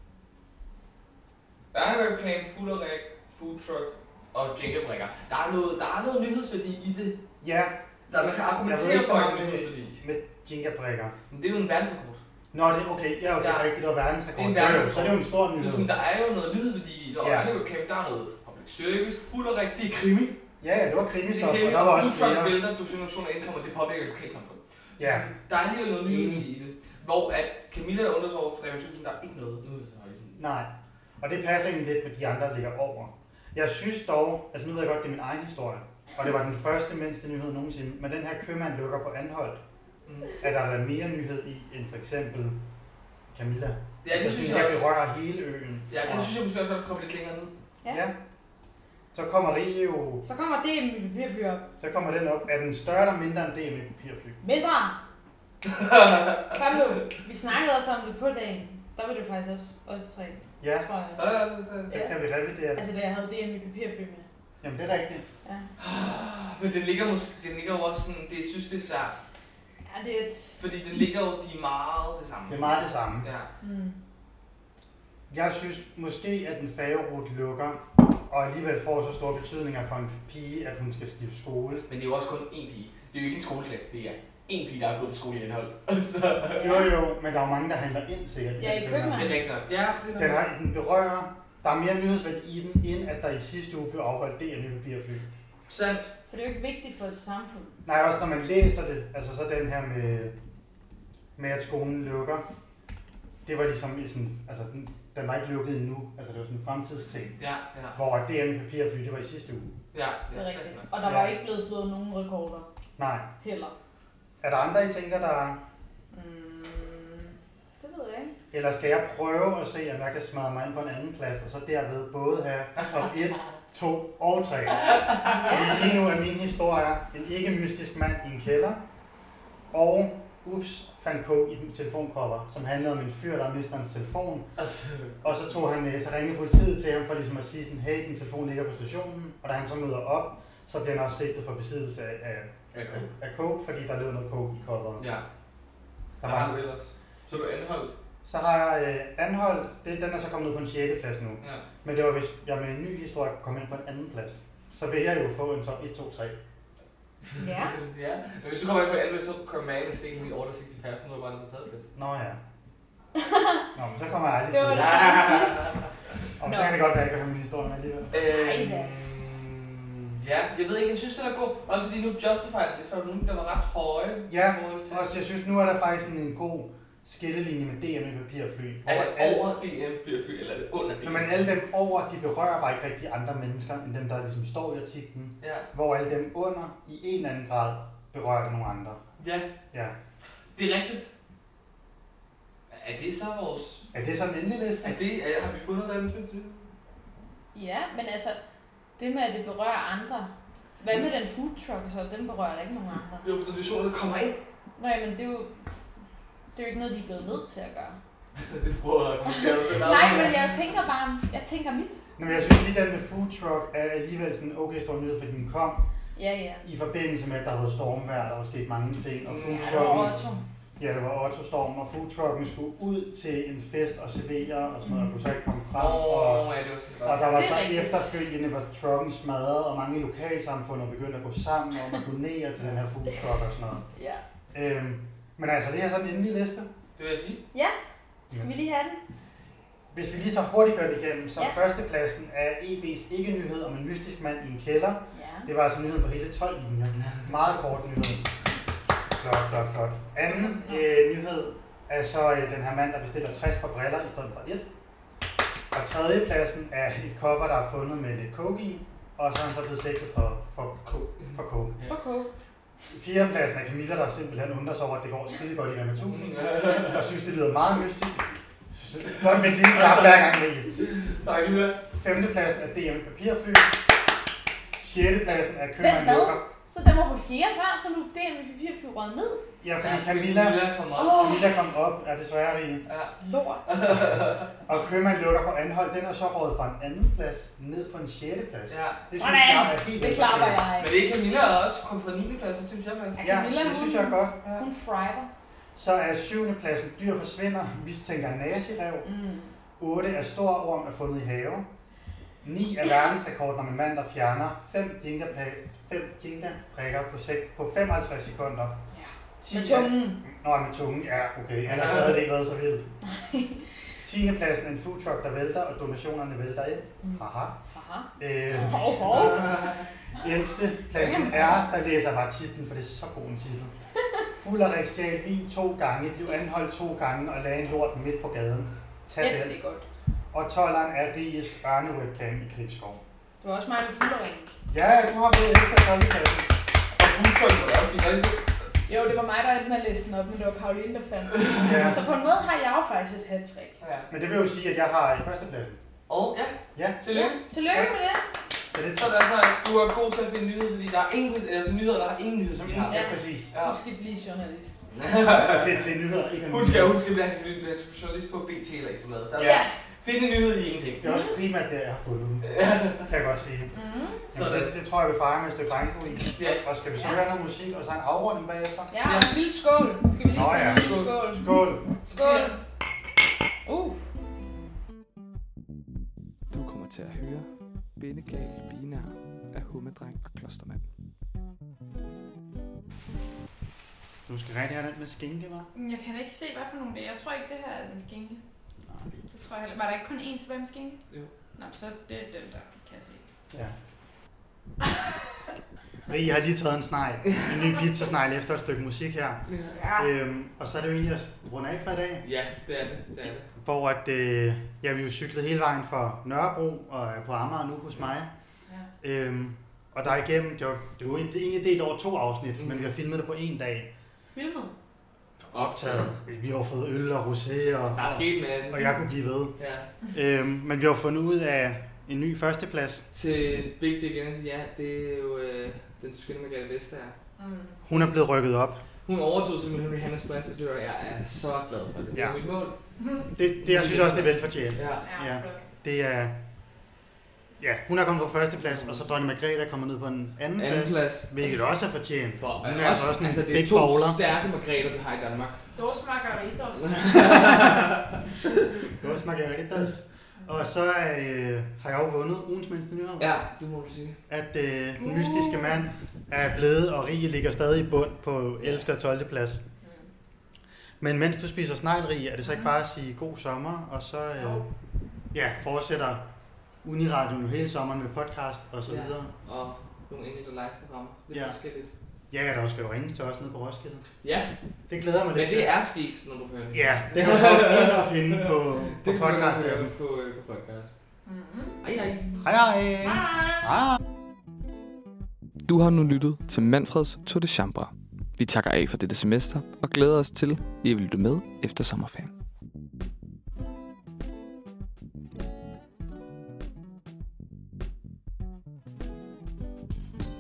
Ernie Webcam, Fullerik, Food Truck og Jenga-brikker. Der er noget, der er noget nyhedsværdi i det. Ja. Der man kan argumentere for en nyhedsværdi. Med Jenga-brikker. Men det er jo en verdensrekord. Nå, det er okay. Ja, det er ja. rigtigt. Det var verdensrekord. Det er en verdensrekord. Så det er jo en stor nyhed. Så sådan, der er jo noget nyhedsværdi i det. Og ja. Ernie Webcam, der er noget public service, Fullerik, det er krimi. Ja, ja, det var krimi-stof, og der var også Food Truck flere. vælter, donationer indkommer, det påvirker lokalsamfundet. Ja. Der er alligevel noget nyhedsværdi i det. Hvor at Camilla, der undrer sig over Rema tusind, der er ikke noget nyhedsværdi. Nej. Og det passer egentlig lidt med de andre, der ligger over. Jeg synes dog, altså nu ved jeg godt, det er min egen historie, og det var den første mindste nyhed nogensinde, men den her købmand lukker på Anholt, mm. at der er mere nyhed i, end for eksempel Camilla. Ja, det altså, synes jeg jeg berører hele øen. Ja, det synes jeg måske også godt komme lidt længere ned. Ja. ja. Så kommer Rio... Så kommer D M i papirfly op. Så kommer den op. Er den større eller mindre end D M i papirfly? Mindre! Kom nu, vi snakkede også om det på dagen. Der var det faktisk også os tre. Ja, tror jeg. Ja, ja, ja. Så kan vi revidere det. Altså da jeg havde D M i papirfly med. Jamen det er rigtigt. Ja. Men den ligger måske, den ligger jo også sådan, det jeg synes det er svært. Ja, det er et... Fordi den ligger jo, de er meget det samme. Det er meget det samme. Ja. Mm. Jeg synes måske, at en færgerute lukker, og alligevel får så store betydninger for en pige, at hun skal skifte skole. Men det er jo også kun én pige. Det er jo ikke en skoleklasse, det er én pige, der har gået på skole i Anholt. Jo jo, men der er jo mange, der handler ind sikkert. Ja, i købmanden. Det er rigtigt. Ja, det er den, har, den berører, der er mere nyhedsværdi i den, end at der i sidste uge blev afholdt D M i papirfly. Sandt. For det er jo ikke vigtigt for et samfund. Nej, også når man læser det, altså så den her med, med at skolen lukker, det var ligesom sådan, altså den, den var ikke lukket endnu, altså det var sådan en fremtidsting. Ja, ja. Hvor D M i papirfly, det var i sidste uge. Ja, det er rigtigt. Og der var ja. ikke blevet slået nogen rekorder. Nej. Heller. Er der andre, I tænker, der er? Mm, det ved jeg ikke. Eller skal jeg prøve at se, om jeg kan smadre mig ind på en anden plads, og så derved både have top et, to og tre. Fordi lige nu er min historie en ikke-mystisk mand i en kælder, og ups, fandt coke i den telefoncover, som handlede om en fyr, der mistede hans telefon. Og så tog han, så ringede politiet til ham for ligesom at sige sådan, hey, din telefon ligger på stationen, og da han så møder op, så bliver han også sigtet for besiddelse af, af, okay. af coke, fordi der lå noget coke i coveret. Ja. Der var har du ellers? Så du Anholt? Så har jeg øh, Anholt, det, den er så kommet ud på en sjette plads nu. Ja. Men det var, hvis jeg med en ny historie kunne komme ind på en anden plads, så vil jeg jo få en top et, to, tre. Ja. Ja. Men hvis du kommer ind på en anden plads, så kommer man med Sten i over sixty person, nu er bare den der taget plads. Nå ja. Nå, men så kommer jeg aldrig til det. Det var det samme sidst. Og så kan det godt være, at jeg kan have min historie med alligevel. Øh, ja, jeg ved ikke, jeg synes, det er god. Også lige nu Justified, det var nogen, der var ret høje. Ja, også jeg synes, nu er der faktisk en god skillelinje med D M i papirfly. Er det over D M i papirfly, eller er det under D M? Nå, men alle dem over, de berører bare ikke rigtig andre mennesker, end dem, der ligesom står i artiklen. Ja. Hvor alle dem under, i en eller anden grad, berører det nogle andre. Ja. Ja. Det er rigtigt. Er det så vores... Er det sådan en endelig liste? Er det, er, har vi fundet verdens bedste? Ja, men altså, det med, at det berører andre. Hvad med den food truck, så den berører ikke nogen andre? Jo, for det er så, der kommer ind. Nej, men det er jo... Det er jo ikke noget, de er blevet nødt til at gøre. Det prøver jeg. Nej, men jeg tænker bare, jeg tænker mit. Nå, men jeg synes lige, den med food truck er alligevel sådan okay stor nyhed, fordi den kom ja, ja. i forbindelse med, at der havde været stormvejr, der var sket mange ting. Og food ja, trucken, det var Otto. Ja, det var Otto-stormen, og food trucken skulle ud til en fest og servere og sådan noget, og kunne så ikke komme frem. Oh, og, ja, det var og der var så rigtigt. Efterfølgende, var trucken smadret, og mange lokalsamfund begyndte at gå sammen om at donere til den her food truck og sådan noget. Ja. Øhm, men altså, det er sådan en endelig liste. Det vil jeg sige. Ja, skal vi lige have den? Hvis vi lige så hurtigt gør det igennem, så ja. Førstepladsen er E B's ikke-nyhed om en mystisk mand i en kælder. Ja. Det var altså nyheden på hele tolv linjer. Meget kort nyhed. Flot, flot, flot. Anden øh, nyhed er så øh, den her mand, der bestiller tres par briller i stedet for et. Og tredjepladsen er et cover, der er fundet med lidt coke i. Og så er han så blevet sigtet for, for, for coke. For coke. Fjerdepladsen er Camilla, der simpelthen undrer sig over, at det går skide godt i Rema tusind. Og synes, det lyder meget mystisk. Godt med et lille klap hver gang med i. Tak, Camilla. Femtepladsen er D M i papirfly. Sjettepladsen er købmand lukker. Så den var på fjerde før, så nu det er vi fire røget ned. Ja, fordi Camilla, Camilla kom op. Åh. Camilla kom op, er desværre Rie. Ja. Lort. Og Købmand lukker på Anhold, den er så røget fra en anden plads ned på en sjette plads. Ja. Det Sådan. synes jeg er helt Det klapper velfortjent. jeg. Men det er Camilla også kom fra niende plads op til fjerde plads. Ja, Camilla, det hun- synes jeg er godt. Ja. Hun frider. Så er syvende pladsen Dyr forsvinder, mistænker nazirev. Mm. otte er Stor orm er fundet i have. ni er verdensrekord, når en mand, der fjerner fem Jenga-prikker på, sek- på femoghalvtreds sekunder. Ja. ti Med tungen. Er, nå, med tungen, ja, okay. Ellers havde det ikke været så vildt. tiende pladsen er en food truck, der vælter, og donationerne vælter ind. Mm. Haha. Aha. Øh, Hov, hov. ellevte pladsen er, der læser jeg bare titlen, for det er så god en titel. Fullerik stjal vin to gange, blev anholdt to gange og lagde en lort midt på gaden. Tag Kæft, den. det er godt. Og tolderen er Riges ørnewebcam i Gribskov. Det var også mig med fulderingen. Ja, du har blevet efter tolvte-pladsen. Og fuldtryk var også de rigtige. Jo, det var mig, der endte med at læse den op, men det var Karoline, der fandt den. Ja. Så på en måde har jeg jo faktisk et hat-trick. Ja. Men det vil jo sige, at jeg har i førstepladsen. Og ja, Ja, tillykke. Tillykke med det. så det Så der er så, du er god til at finde nyheder, fordi der er ingen eller nyheder, der har ingen nyheder, som vi har. ja, præcis. Ja. Du skal blive journalist. til, til nyheder, ikke Hun skal, hun skal blive hans journalist på B T eller Ekstrabladet. Der Ja. er finde en nyhed i ingenting. Det er også primært det, jeg har fundet den. Kan jeg godt sige. Mm. Så Jamen, det, det tror jeg, vi fejrer med et stykke regnbue i. Ja. Og skal vi så Ja. høre noget musik, og så en afrunding bagefter? Ja, og en lille skål. Skal vi lige Nå tage ja. en lille skål? Skål! Skål. Uh. Du kommer til at høre Bindegal Binær af Hummedreng og Klostermand. Du skal rigtig have den med skinke, hva'? Jeg kan da ikke se, hvad for nogle det er. Jeg tror ikke, det her er den skinke. Det tror jeg heller. Var der ikke kun én tilbage med skinke? Jo. Nå, så det er den der, kan jeg se. Ja. Rie har lige taget en snegl. En ny pizzasnegl efter et stykke musik her. Ja. Øhm, og så er det jo egentlig at runde af for i dag. Ja, det er det. det, er det. Hvor at, øh, ja, vi jo cyklet hele vejen fra Nørrebro og er på Amager nu hos mig. Ja. Øhm, og der er igennem, det, var, det er jo egentlig egentlig delt over to afsnit, Mm. mm. men vi har filmet det på en dag. Filmet. Optaget. Vi har fået øl og rosé, og, Der er sket en masse. og jeg kunne blive ved. Ja. Øhm, men vi har fundet ud af en ny førsteplads. Til Big Dick Energy, ja, det er jo øh, den skønne Margrethe Vestager. Mm. Hun er blevet rykket op. Hun overtog simpelthen Rihannas plads, og jeg er så glad for det. Det Ja. er mit mål. Det, det jeg synes også, det er velfortjent. Ja. Ja. Ja, flot. Det er... Ja, hun er kommet på førsteplads, og så Dronning Margrethe er kommet ned på en anden, Anden plads. plads. Hvilket også er fortjent. For, Hun øh, er også, også en altså, det er big to bowler. stærke Margrethe, vi har i Danmark. Dos margaritas. Det var også Margaritas. Og så øh, har jeg jo vundet ugens mindste nyhed. Ja, det må du sige. At øh, den mystiske mand er blevet, og Rie ligger stadig i bund på ellevte og tolvte plads. Men mens du spiser snegl, Rie, er det så ikke bare at sige god sommer, og så øh, ja, fortsætter Uniradioen jo hele sommeren med podcast og så Ja. videre. Og nogle enkelte live-programmer. Lidt Ja. forskelligt. Ja, ja, der skal jo ringes til os nede på Roskilde. Ja, Det glæder jeg mig men lidt til. det er sket, når du hører det. Ja, det kan du nok ind og finde på, på Det kan du godt podcast. høre på, øh, på podcast. Mm-hmm. Ej, ej. Hej hej! Hej! Du har nu lyttet til Manfreds Tour de Chambre. Vi takker af for dette semester og glæder os til, at I vil lytte med efter sommerferien.